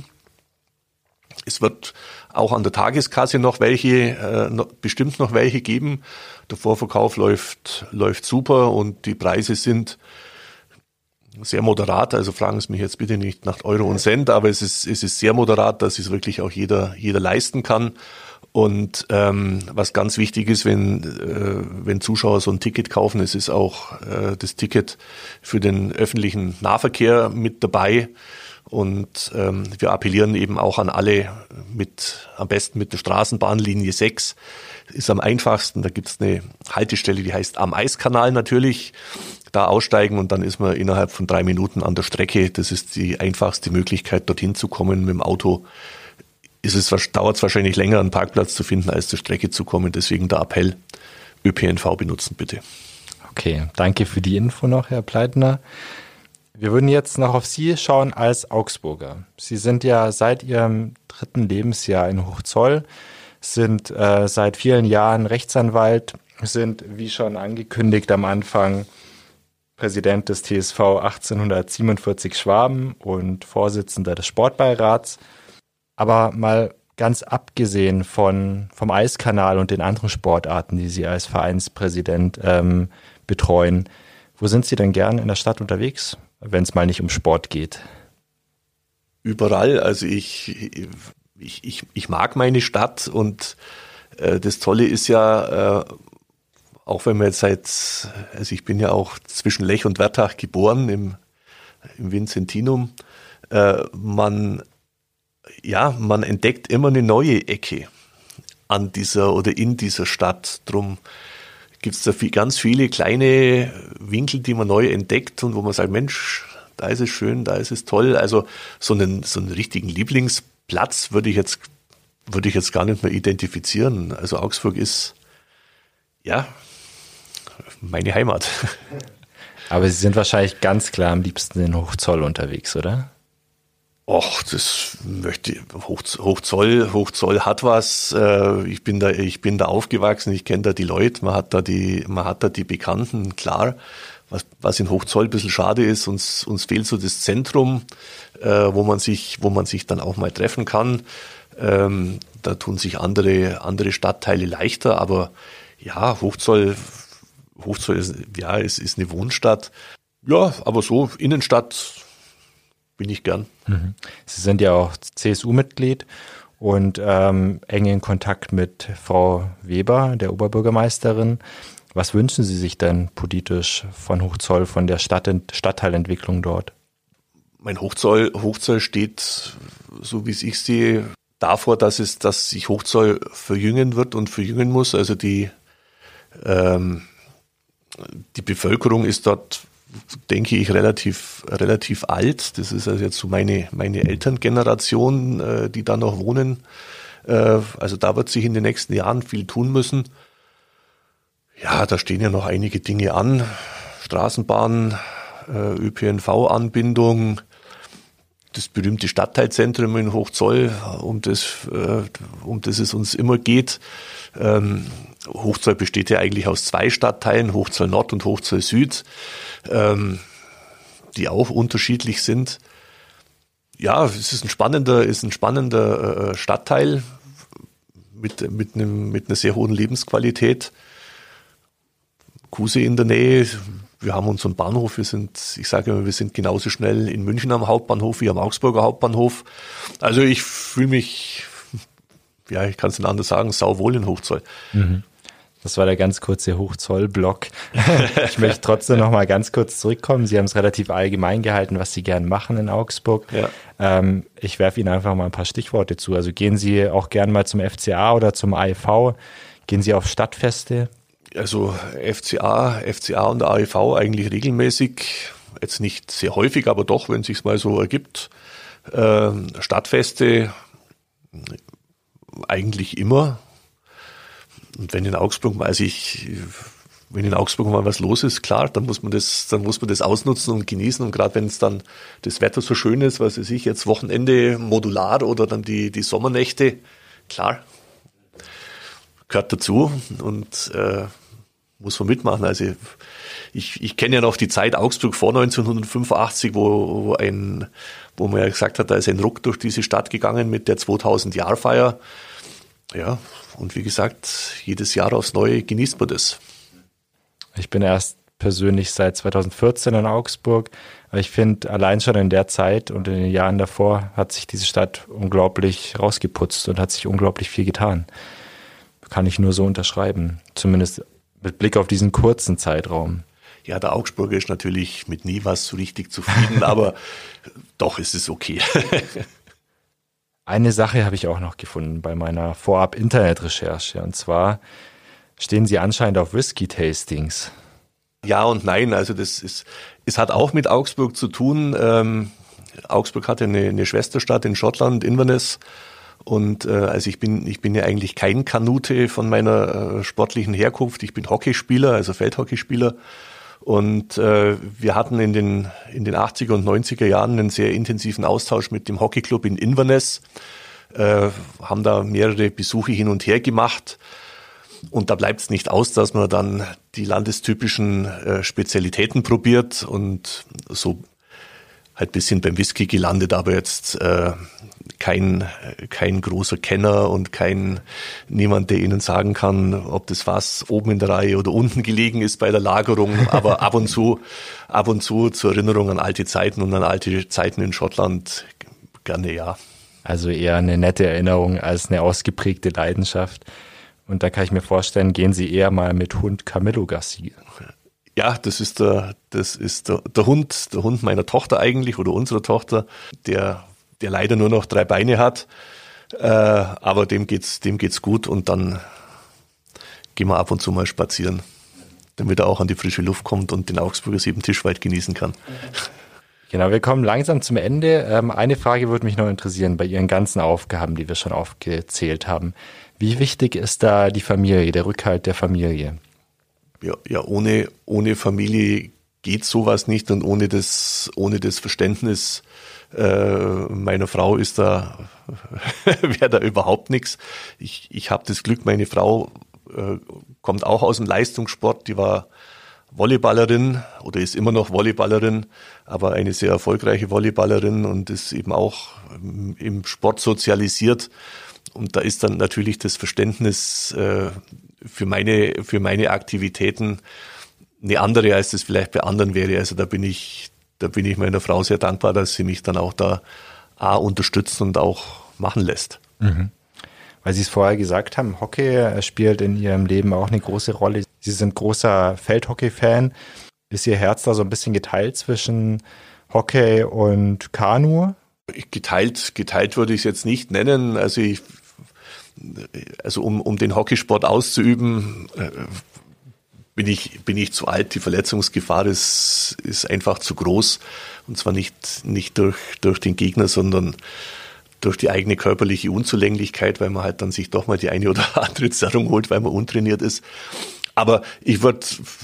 Es wird auch an der Tageskasse noch welche, äh, noch, bestimmt noch welche geben. Der Vorverkauf läuft, läuft super und die Preise sind sehr moderat, also fragen Sie mich jetzt bitte nicht nach Euro und Cent, aber es ist, es ist sehr moderat, dass es wirklich auch jeder, jeder leisten kann. Und ähm, was ganz wichtig ist, wenn, äh, wenn Zuschauer so ein Ticket kaufen, es ist auch äh, das Ticket für den öffentlichen Nahverkehr mit dabei. Und ähm, wir appellieren eben auch an alle, mit am besten mit der Straßenbahnlinie sechs, ist am einfachsten. Da gibt's eine Haltestelle, die heißt Am Eiskanal natürlich. Da aussteigen und dann ist man innerhalb von drei Minuten an der Strecke. Das ist die einfachste Möglichkeit, dorthin zu kommen. Mit dem Auto ist es, dauert es wahrscheinlich länger, einen Parkplatz zu finden, als zur Strecke zu kommen. Deswegen der Appell, Ö P N V benutzen bitte. Okay, danke für die Info noch, Herr Pleitner. Wir würden jetzt noch auf Sie schauen als Augsburger. Sie sind ja seit Ihrem dritten Lebensjahr in Hochzoll, sind äh, seit vielen Jahren Rechtsanwalt, sind, wie schon angekündigt am Anfang, Präsident des T S V achtzehnhundertsiebenundvierzig Schwaben und Vorsitzender des Sportbeirats. Aber mal ganz abgesehen von, vom Eiskanal und den anderen Sportarten, die Sie als Vereinspräsident ähm, betreuen, wo sind Sie denn gern in der Stadt unterwegs, wenn es mal nicht um Sport geht? Überall. Also ich, ich, ich, ich mag meine Stadt und äh, das Tolle ist ja, äh, auch wenn man jetzt seit, also ich bin ja auch zwischen Lech und Wertach geboren, im, im Vincentinum, äh, man, ja, man entdeckt immer eine neue Ecke an dieser oder in dieser Stadt. Drum gibt's da viel, ganz viele kleine Winkel, die man neu entdeckt und wo man sagt, Mensch, da ist es schön, da ist es toll. Also so einen, so einen richtigen Lieblingsplatz würde ich jetzt, würde ich jetzt gar nicht mehr identifizieren. Also Augsburg ist, ja, meine Heimat. Aber Sie sind wahrscheinlich ganz klar am liebsten in Hochzoll unterwegs, oder? Och, das möchte Hoch, Hochzoll, Hochzoll hat was. Ich bin da, ich bin da aufgewachsen. Ich kenne da die Leute. Man hat da die, man hat da die Bekannten. Klar, was, was in Hochzoll ein bisschen schade ist, uns, uns fehlt so das Zentrum, wo man sich, wo man sich dann auch mal treffen kann. Da tun sich andere, andere Stadtteile leichter. Aber ja, Hochzoll, Hochzoll ist, ja, es ist eine Wohnstadt. Ja, aber so Innenstadt bin ich gern. Sie sind ja auch C S U-Mitglied und ähm, eng in Kontakt mit Frau Weber, der Oberbürgermeisterin. Was wünschen Sie sich denn politisch von Hochzoll, von der Stadt, Stadtteilentwicklung dort? Mein Hochzoll, Hochzoll steht, so wie es ich sehe, davor, dass es, dass sich Hochzoll verjüngen wird und verjüngen muss. Also die, ähm, die Bevölkerung ist dort, denke ich, relativ, relativ alt. Das ist also jetzt so meine, meine Elterngeneration, äh, die da noch wohnen. Äh, also da wird sich in den nächsten Jahren viel tun müssen. Ja, da stehen ja noch einige Dinge an. Straßenbahn, äh, Ö P N V-Anbindung, das berühmte Stadtteilzentrum in Hochzoll, um das, äh, um das es uns immer geht. Ähm, Hochzoll besteht ja eigentlich aus zwei Stadtteilen, Hochzoll Nord und Hochzoll Süd, ähm, die auch unterschiedlich sind. Ja, es ist ein spannender, ist ein spannender äh, Stadtteil mit, mit, einem, mit einer sehr hohen Lebensqualität. Kuse in der Nähe. Wir haben unseren Bahnhof, wir sind, ich sage immer, wir sind genauso schnell in München am Hauptbahnhof wie am Augsburger Hauptbahnhof. Also ich fühle mich, ja, ich kann es nicht anders sagen, sauwohl in Hochzoll. Mhm. Das war der ganz kurze Hochzoll-Block. Ich möchte trotzdem noch mal ganz kurz zurückkommen. Sie haben es relativ allgemein gehalten, was Sie gern machen in Augsburg. Ja. Ähm, ich werfe Ihnen einfach mal ein paar Stichworte zu. Also gehen Sie auch gern mal zum F C A oder zum A E V? Gehen Sie auf Stadtfeste? Also F C A, F C A und A E V eigentlich regelmäßig, jetzt nicht sehr häufig, aber doch, wenn es sich mal so ergibt. Ähm, Stadtfeste eigentlich immer. Und wenn in Augsburg, weiß ich, wenn in Augsburg mal was los ist, klar, dann muss man das, dann muss man das ausnutzen und genießen. Und gerade wenn es dann das Wetter so schön ist, was weiß ich, jetzt Wochenende modular oder dann die, die Sommernächte, klar, gehört dazu und äh, muss man mitmachen. Also ich, ich kenne ja noch die Zeit Augsburg vor neunzehnhundertfünfundachtzig, wo, wo ein, wo man ja gesagt hat, da ist ein Ruck durch diese Stadt gegangen mit der zweitausend-Jahr-Feier. Ja, und wie gesagt, jedes Jahr aufs Neue genießt man das. Ich bin erst persönlich seit zweitausendvierzehn in Augsburg. Aber ich finde, allein schon in der Zeit und in den Jahren davor hat sich diese Stadt unglaublich rausgeputzt und hat sich unglaublich viel getan. Kann ich nur so unterschreiben, zumindest mit Blick auf diesen kurzen Zeitraum. Ja, der Augsburger ist natürlich mit nie was so richtig zufrieden, aber doch ist es okay. Eine Sache habe ich auch noch gefunden bei meiner Vorab-Internet-Recherche, und zwar stehen Sie anscheinend auf Whisky-Tastings. Ja und nein, also das ist, es hat auch mit Augsburg zu tun. Ähm, Augsburg hatte eine, eine Schwesterstadt in Schottland, Inverness. Und äh, also ich bin ich bin ja eigentlich kein Kanute von meiner äh, sportlichen Herkunft. Ich bin Hockeyspieler, also Feldhockeyspieler. Und äh, wir hatten in den in den achtziger und neunziger Jahren einen sehr intensiven Austausch mit dem Hockeyclub in Inverness. Äh, haben da mehrere Besuche hin und her gemacht. Und da bleibt es nicht aus, dass man dann die landestypischen äh, Spezialitäten probiert und so halt ein bisschen beim Whisky gelandet, aber jetzt äh, kein kein großer Kenner und kein niemand, der Ihnen sagen kann, ob das Fass oben in der Reihe oder unten gelegen ist bei der Lagerung, aber ab und zu ab und zu zur Erinnerung an alte Zeiten und an alte Zeiten in Schottland gerne, ja. Also eher eine nette Erinnerung als eine ausgeprägte Leidenschaft. Und da kann ich mir vorstellen, gehen Sie eher mal mit Hund Camillo Gassi. Ja, das ist der, das ist der, der Hund, der Hund meiner Tochter eigentlich oder unserer Tochter, der, der leider nur noch drei Beine hat, äh, aber dem geht's, dem geht's gut und dann gehen wir ab und zu mal spazieren, damit er auch an die frische Luft kommt und den Augsburger Siebentischwald genießen kann. Genau, wir kommen langsam zum Ende. Ähm, eine Frage würde mich noch interessieren bei Ihren ganzen Aufgaben, die wir schon aufgezählt haben. Wie wichtig ist da die Familie, der Rückhalt der Familie? Ja, ja, ohne, ohne Familie geht sowas nicht und ohne das, ohne das Verständnis äh, meiner Frau ist da, wäre da überhaupt nichts. Ich, ich habe das Glück, meine Frau äh, kommt auch aus dem Leistungssport, die war Volleyballerin oder ist immer noch Volleyballerin, aber eine sehr erfolgreiche Volleyballerin und ist eben auch im Sport sozialisiert. Und da ist dann natürlich das Verständnis äh, für meine, für meine Aktivitäten eine andere, als das vielleicht bei anderen wäre. Also da bin ich, da bin ich meiner Frau sehr dankbar, dass sie mich dann auch da A, unterstützt und auch machen lässt. Mhm. Weil Sie es vorher gesagt haben, Hockey spielt in Ihrem Leben auch eine große Rolle. Sie sind großer Feldhockey-Fan. Ist Ihr Herz da so ein bisschen geteilt zwischen Hockey und Kanu? Geteilt, geteilt würde ich es jetzt nicht nennen. Also ich, also um, um den Hockeysport auszuüben, äh, bin ich, bin ich zu alt. Die Verletzungsgefahr ist, ist einfach zu groß. Und zwar nicht, nicht durch, durch den Gegner, sondern durch die eigene körperliche Unzulänglichkeit, weil man halt dann sich doch mal die eine oder andere Zerrung holt, weil man untrainiert ist. Aber ich würde,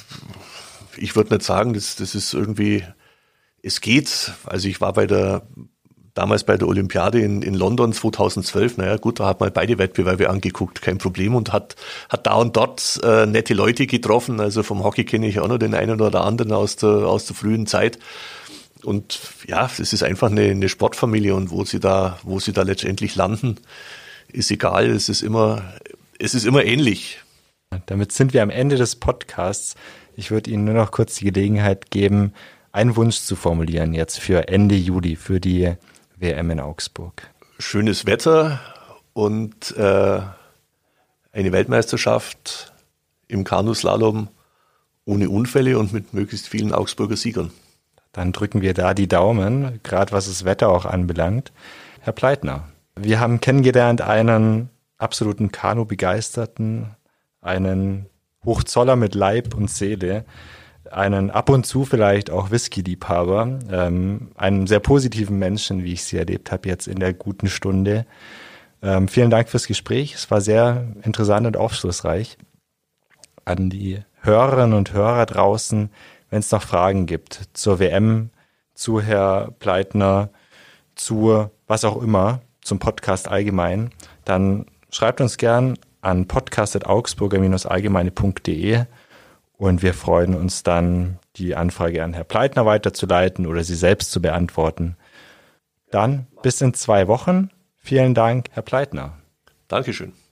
ich würde nicht sagen, das, das ist irgendwie, es geht. Also ich war bei der, damals bei der Olympiade in, in London zweitausendzwölf, naja gut, da hat man beide Wettbewerbe angeguckt, kein Problem, und hat, hat da und dort äh, nette Leute getroffen. Also vom Hockey kenne ich auch noch den einen oder anderen aus der, aus der frühen Zeit. Und ja, es ist einfach eine, eine Sportfamilie, und wo sie da, wo sie da letztendlich landen, ist egal. Es ist immer, es ist immer ähnlich. Damit sind wir am Ende des Podcasts. Ich würde Ihnen nur noch kurz die Gelegenheit geben, einen Wunsch zu formulieren jetzt für Ende Juli, für die W M in Augsburg. Schönes Wetter und äh, eine Weltmeisterschaft im Kanuslalom ohne Unfälle und mit möglichst vielen Augsburger Siegern. Dann drücken wir da die Daumen, gerade was das Wetter auch anbelangt. Herr Pleitner, wir haben kennengelernt einen absoluten Kanu-Begeisterten, einen Hochzoller mit Leib und Seele, einen ab und zu vielleicht auch Whisky-Liebhaber, ähm, einen sehr positiven Menschen, wie ich sie erlebt habe jetzt in der guten Stunde. Ähm, vielen Dank fürs Gespräch. Es war sehr interessant und aufschlussreich. An die Hörerinnen und Hörer draußen, wenn es noch Fragen gibt zur W M, zu Herr Pleitner, zu was auch immer, zum Podcast allgemein, dann schreibt uns gern an podcast at augsburger allgemeine punkt de und wir freuen uns dann, die Anfrage an Herr Pleitner weiterzuleiten oder sie selbst zu beantworten. Dann bis in zwei Wochen. Vielen Dank, Herr Pleitner. Dankeschön.